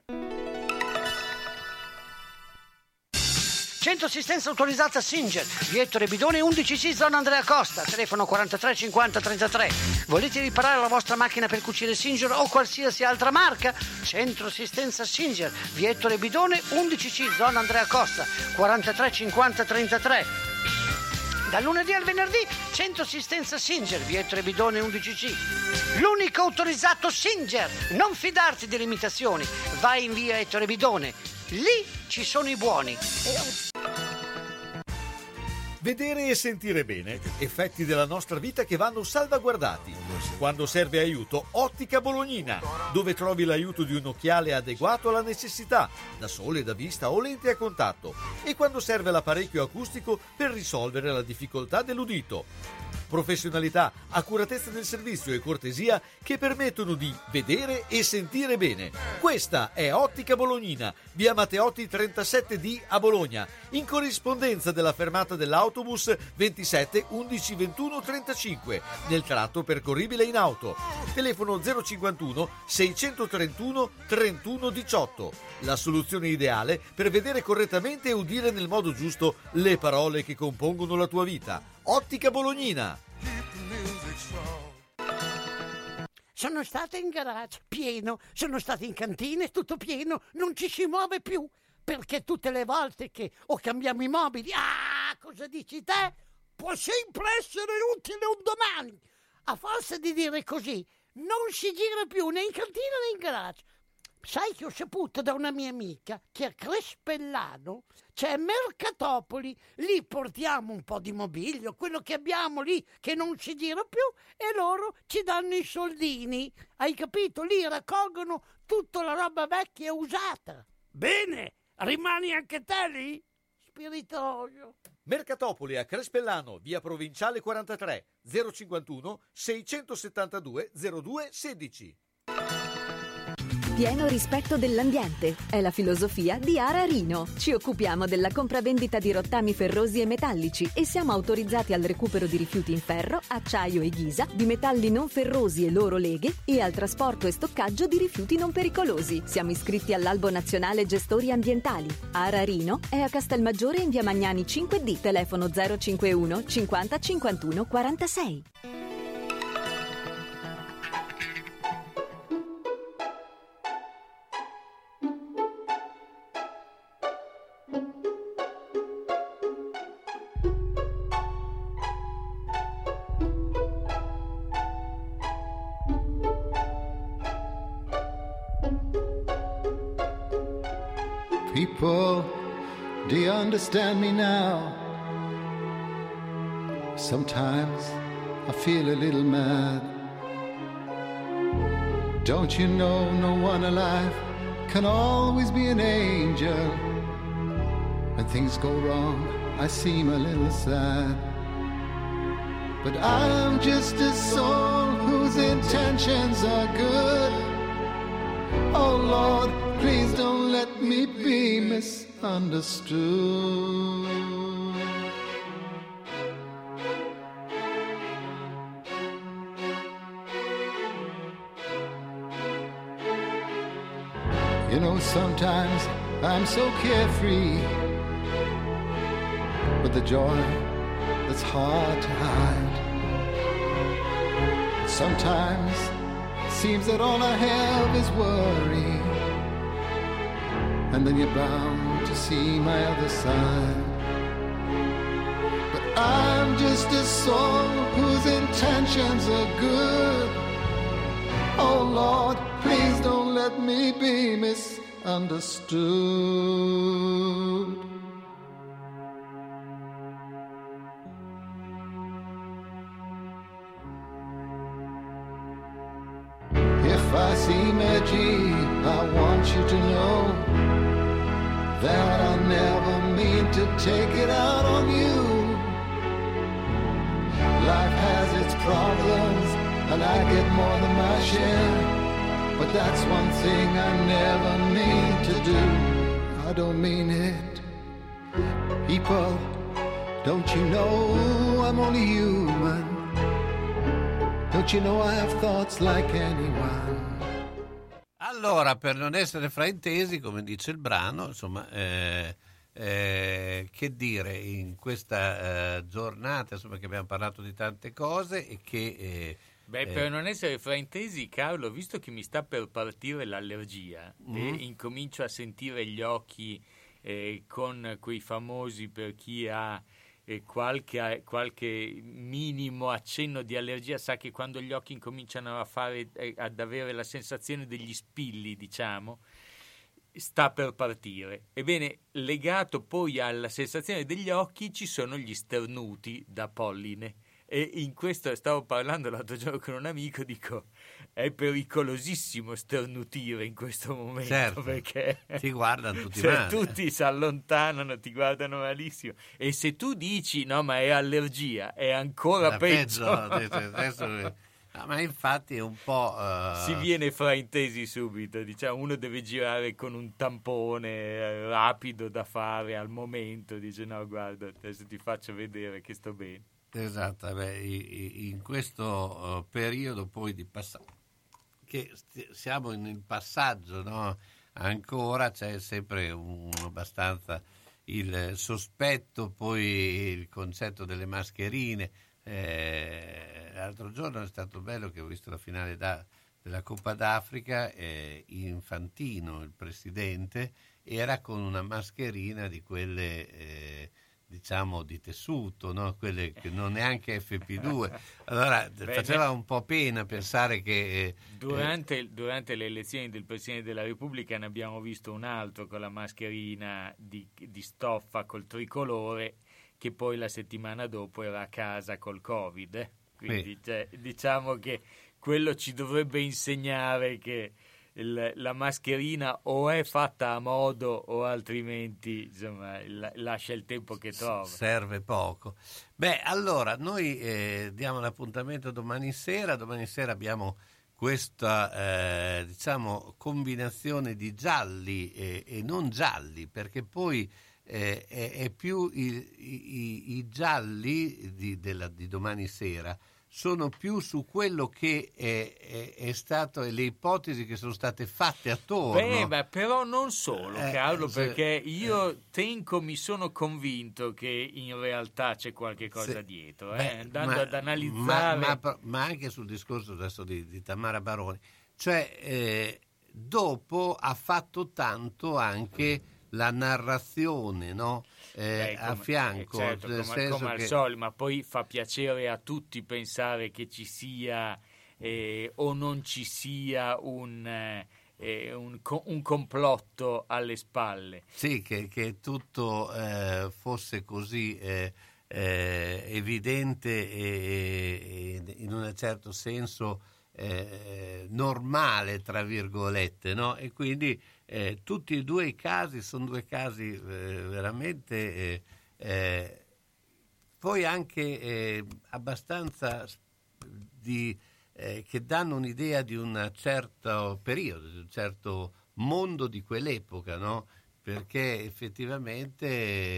D: Centro assistenza autorizzata Singer, via Ettore Bidone undici C, zona Andrea Costa, telefono quarantatré cinquanta trentatré. Volete riparare la vostra macchina per cucire Singer o qualsiasi altra marca? Centro assistenza Singer, via Ettore Bidone undici C, zona Andrea Costa, quarantatré cinquanta trentatré. Dal lunedì al venerdì, Centro assistenza Singer, via Ettore Bidone undici C. L'unico autorizzato Singer. Non fidarti delle imitazioni. Vai in via Ettore Bidone. Lì ci sono i buoni.
A: Vedere e sentire bene, effetti della nostra vita che vanno salvaguardati. Quando serve aiuto, Ottica Bolognina, dove trovi l'aiuto di un occhiale adeguato alla necessità, da sole, da vista o lente a contatto, e quando serve l'apparecchio acustico per risolvere la difficoltà dell'udito. Professionalità, accuratezza del servizio e cortesia che permettono di vedere e sentire bene. Questa è Ottica Bolognina, via Matteotti trentasette D a Bologna, in corrispondenza della fermata dell'autobus ventisette undici ventuno trentacinque, nel tratto percorribile in auto. Telefono zero cinquantuno seicentotrentuno trentuno diciotto. La soluzione ideale per vedere correttamente e udire nel modo giusto le parole che compongono la tua vita. Ottica Bolognina.
H: Sono stata in garage, pieno, sono stata in cantina, tutto pieno, non ci si muove più, perché tutte le volte che o cambiamo i mobili, ah, cosa dici te? Può sempre essere utile un domani. A forza di dire così, non si gira più né in cantina né in garage. Sai che ho saputo da una mia amica che a Crespellano c'è Mercatopoli, lì portiamo un po' di mobilio, quello che abbiamo lì che non si gira più, e loro ci danno i soldini, hai capito? Lì raccolgono tutta la roba vecchia e usata. Bene, rimani anche te lì? Spiritoso.
A: Mercatopoli a Crespellano, via Provinciale quarantatré, zero cinquantuno seicentosettantadue zero due sedici.
I: Pieno rispetto dell'ambiente è la filosofia di Ara Rino. Ci occupiamo della compravendita di rottami ferrosi e metallici e siamo autorizzati al recupero di rifiuti in ferro, acciaio e ghisa, di metalli non ferrosi e loro leghe e al trasporto e stoccaggio di rifiuti non pericolosi. Siamo iscritti all'Albo Nazionale Gestori Ambientali. Ara Rino è a Castelmaggiore in via Magnani cinque D, telefono zero cinquantuno cinquanta cinquantuno quarantasei.
R: People, do you understand me now? Sometimes I feel a little mad. Don't you know no one alive can always be an angel? When things go wrong, I seem a little sad. But I'm just a soul whose intentions are good. Oh Lord, please don't let me be misunderstood. You know, sometimes I'm so carefree, but the joy, the it's hard to hide. Sometimes it seems that all I have is worry, and then you're bound to see my other side. But I'm just a soul whose intentions are good. Oh Lord, please don't let me be misunderstood. If I see Maggie, I want you to know that I never mean to take it out on you. Life has its problems, and I get more than my share. But that's one thing I never mean to do. I don't mean it. People, don't you know I'm only human? Don't you know I have thoughts like anyone?
B: Allora, per non essere fraintesi, come dice il brano, insomma, eh, eh, che dire, in questa eh, giornata, insomma, che abbiamo parlato di tante cose e che... Eh,
C: Beh,
B: eh,
C: per non essere fraintesi, Carlo, visto che mi sta per partire l'allergia
B: Mm.
C: e incomincio a sentire gli occhi eh, con quei famosi, per chi ha eh, qualche, qualche minimo accenno di allergia, sa che quando gli occhi incominciano a fare, eh, ad avere la sensazione degli spilli, diciamo, sta per partire. Ebbene, legato poi alla sensazione degli occhi ci sono gli sternuti da polline. E in questo stavo parlando l'altro giorno con un amico, dico è pericolosissimo sternutire in questo momento,
B: certo,
C: perché
B: ti guardano tutti
C: se
B: male.
C: tutti si allontanano, ti guardano malissimo, e se tu dici no ma è allergia è ancora
B: Da
C: peggio,
B: peggio, adesso, adesso- ah, ma infatti è un po' eh,
C: si viene fraintesi subito, diciamo uno deve girare con un tampone eh, rapido da fare al momento, dice no guarda adesso ti faccio vedere che sto bene.
B: Esatto, beh, i- i- in questo eh, periodo poi di passaggio, che st- siamo nel passaggio, no? Ancora c'è sempre un, abbastanza il sospetto, poi il concetto delle mascherine. Eh, l'altro giorno è stato bello che ho visto la finale da- della Coppa d'Africa, eh, Infantino, il presidente, era con una mascherina di quelle... Eh, diciamo di tessuto, no? Quelle che non neanche effe pi due, allora
C: Beh,
B: faceva
C: beh.
B: un po' pena pensare che eh,
C: Durante, durante le elezioni del Presidente della Repubblica ne abbiamo visto un altro con la mascherina di, di stoffa col tricolore, che poi la settimana dopo era a casa col Covid. eh. Quindi cioè, diciamo che quello ci dovrebbe insegnare che il- la mascherina o è fatta a modo o altrimenti insomma, la- lascia il tempo che trova.
B: serve poco. Beh, allora noi eh, diamo l'appuntamento domani sera. Domani sera abbiamo questa eh, diciamo combinazione di gialli e, e non gialli, perché poi eh, è, è più i, i- i gialli di, della- di domani sera sono più su quello che è, è, è stato e le ipotesi che sono state fatte attorno.
C: Beh, ma però non solo,
B: Eh,
C: Carlo,
B: se-
C: perché io tengo, mi sono convinto che in realtà c'è qualche cosa
B: Se-
C: dietro, eh,
B: Beh,
C: andando
B: ma-
C: ad analizzare.
B: Ma, ma- ma anche sul discorso adesso di, di Tamara Baroni, cioè eh, dopo ha fatto tanto anche la narrazione, no? Eh,
C: Eh,
B: a
C: come-
B: fianco,
C: eh, certo,
B: nel
C: come,
B: senso
C: come al
B: che-
C: solito, ma poi fa piacere a tutti pensare che ci sia eh, o non ci sia un, eh, eh, un, co- un complotto alle spalle.
B: Sì, che, che tutto eh, fosse così eh, eh, evidente e, e in un certo senso eh, normale, tra virgolette, no? E quindi eh, tutti e due i casi sono due casi eh, veramente eh, eh, poi anche eh, abbastanza s- di, eh, che danno un'idea di un certo periodo, di un certo mondo di quell'epoca, no? Perché effettivamente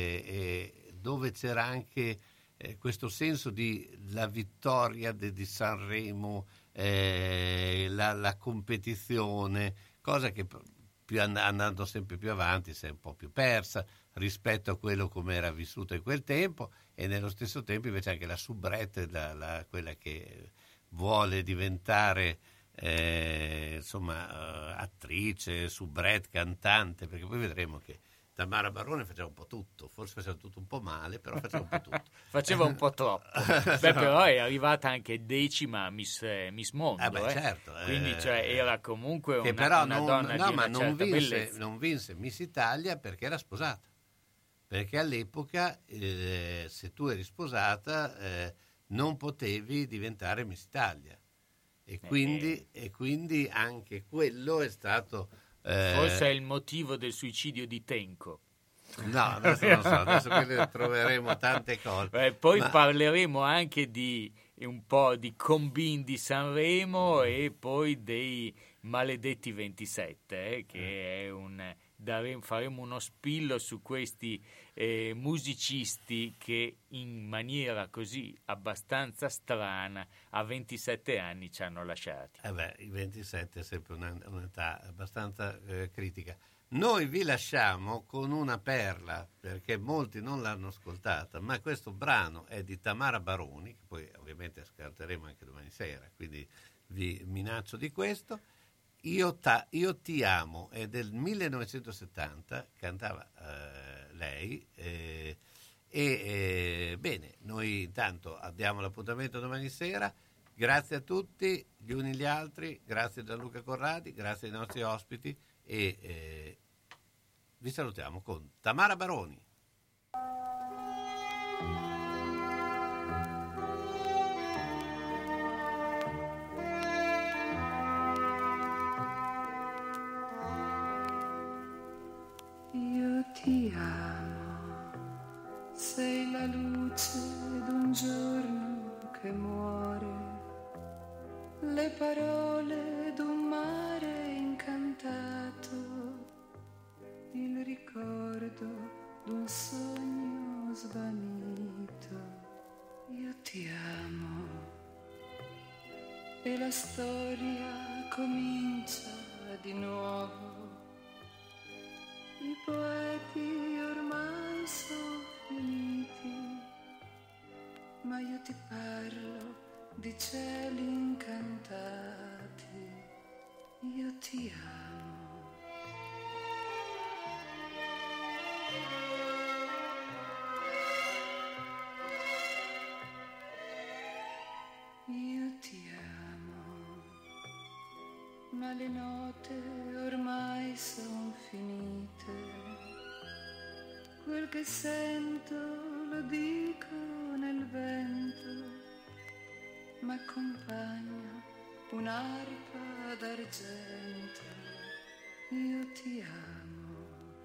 B: eh, dove c'era anche eh, questo senso di la vittoria de- di Sanremo, eh, la, la competizione, cosa che p- più and- andando sempre più avanti si è un po' più persa rispetto a quello come era vissuto in quel tempo, e nello stesso tempo invece anche la soubrette, la, la, quella che vuole diventare eh, insomma uh, attrice, soubrette, cantante, perché poi vedremo che Tamara Barone faceva un po' tutto, forse faceva tutto un po' male, però faceva un po' tutto.
C: Faceva un po' troppo. Beh, però è arrivata anche decima Miss, Miss Mondo,
B: ah, beh,
C: eh.
B: certo,
C: quindi
B: eh,
C: cioè, era comunque
B: che
C: una,
B: però
C: una
B: non,
C: donna
B: no,
C: di
B: ma
C: una
B: non
C: certa
B: vinse,
C: bellezza.
B: non vinse Miss Italia perché era sposata, perché all'epoca eh, se tu eri sposata eh, non potevi diventare Miss Italia, e quindi, eh. e quindi anche quello è stato eh,
C: forse è il motivo del suicidio di Tenco.
B: No, adesso non so, adesso qui troveremo tante cose.
C: Beh, poi
B: ma...
C: parleremo anche di un po' di Combin di Sanremo e poi dei Maledetti ventisette, eh, che è un daremo, faremo uno spillo su questi eh, musicisti che in maniera così abbastanza strana a ventisette anni ci hanno lasciati.
B: Eh beh, i ventisette è sempre una, un'età abbastanza eh, critica. Noi vi lasciamo con una perla, perché molti non l'hanno ascoltata, ma questo brano è di Tamara Baroni, che poi ovviamente ascolteremo anche domani sera, quindi vi minaccio di questo. Io, ta, io ti amo, è del millenovecentosettanta, cantava eh, lei, eh, e eh, bene, noi intanto abbiamo l'appuntamento domani sera. Grazie a tutti, gli uni gli altri, grazie a Gianluca Corradi, grazie ai nostri ospiti, e eh, vi salutiamo con Tamara Baroni.
T: Io ti amo, sei la luce d'un giorno che muore, le parole d'un mare incantato, il ricordo d'un sogno svanito. Io ti amo e la storia comincia di nuovo. I poeti ormai sono finiti, ma io ti parlo di cieli incantati. Io ti amo. Io ti amo, ma le note ormai son finite. Quel che sento lo dico nel vento, m'accompagna un'arpa d'argento. Io ti amo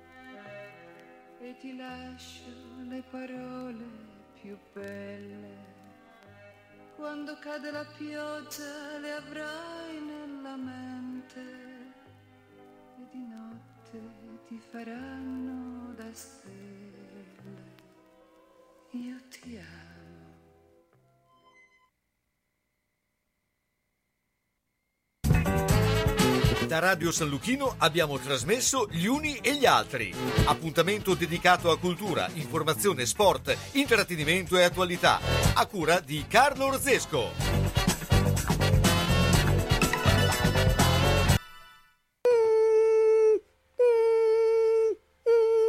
T: e ti lascio le parole più belle. Quando cade la pioggia le avrai nella mente e di notte ti faranno da stelle. Io ti amo.
A: Da Radio San Luchino abbiamo trasmesso Gli Uni e gli Altri. Appuntamento dedicato a cultura, informazione, sport, intrattenimento e attualità. A cura di Carlo Orzesco.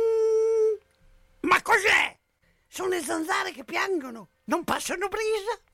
H: Ma cos'è? Sono le zanzare che piangono, non passano brisa?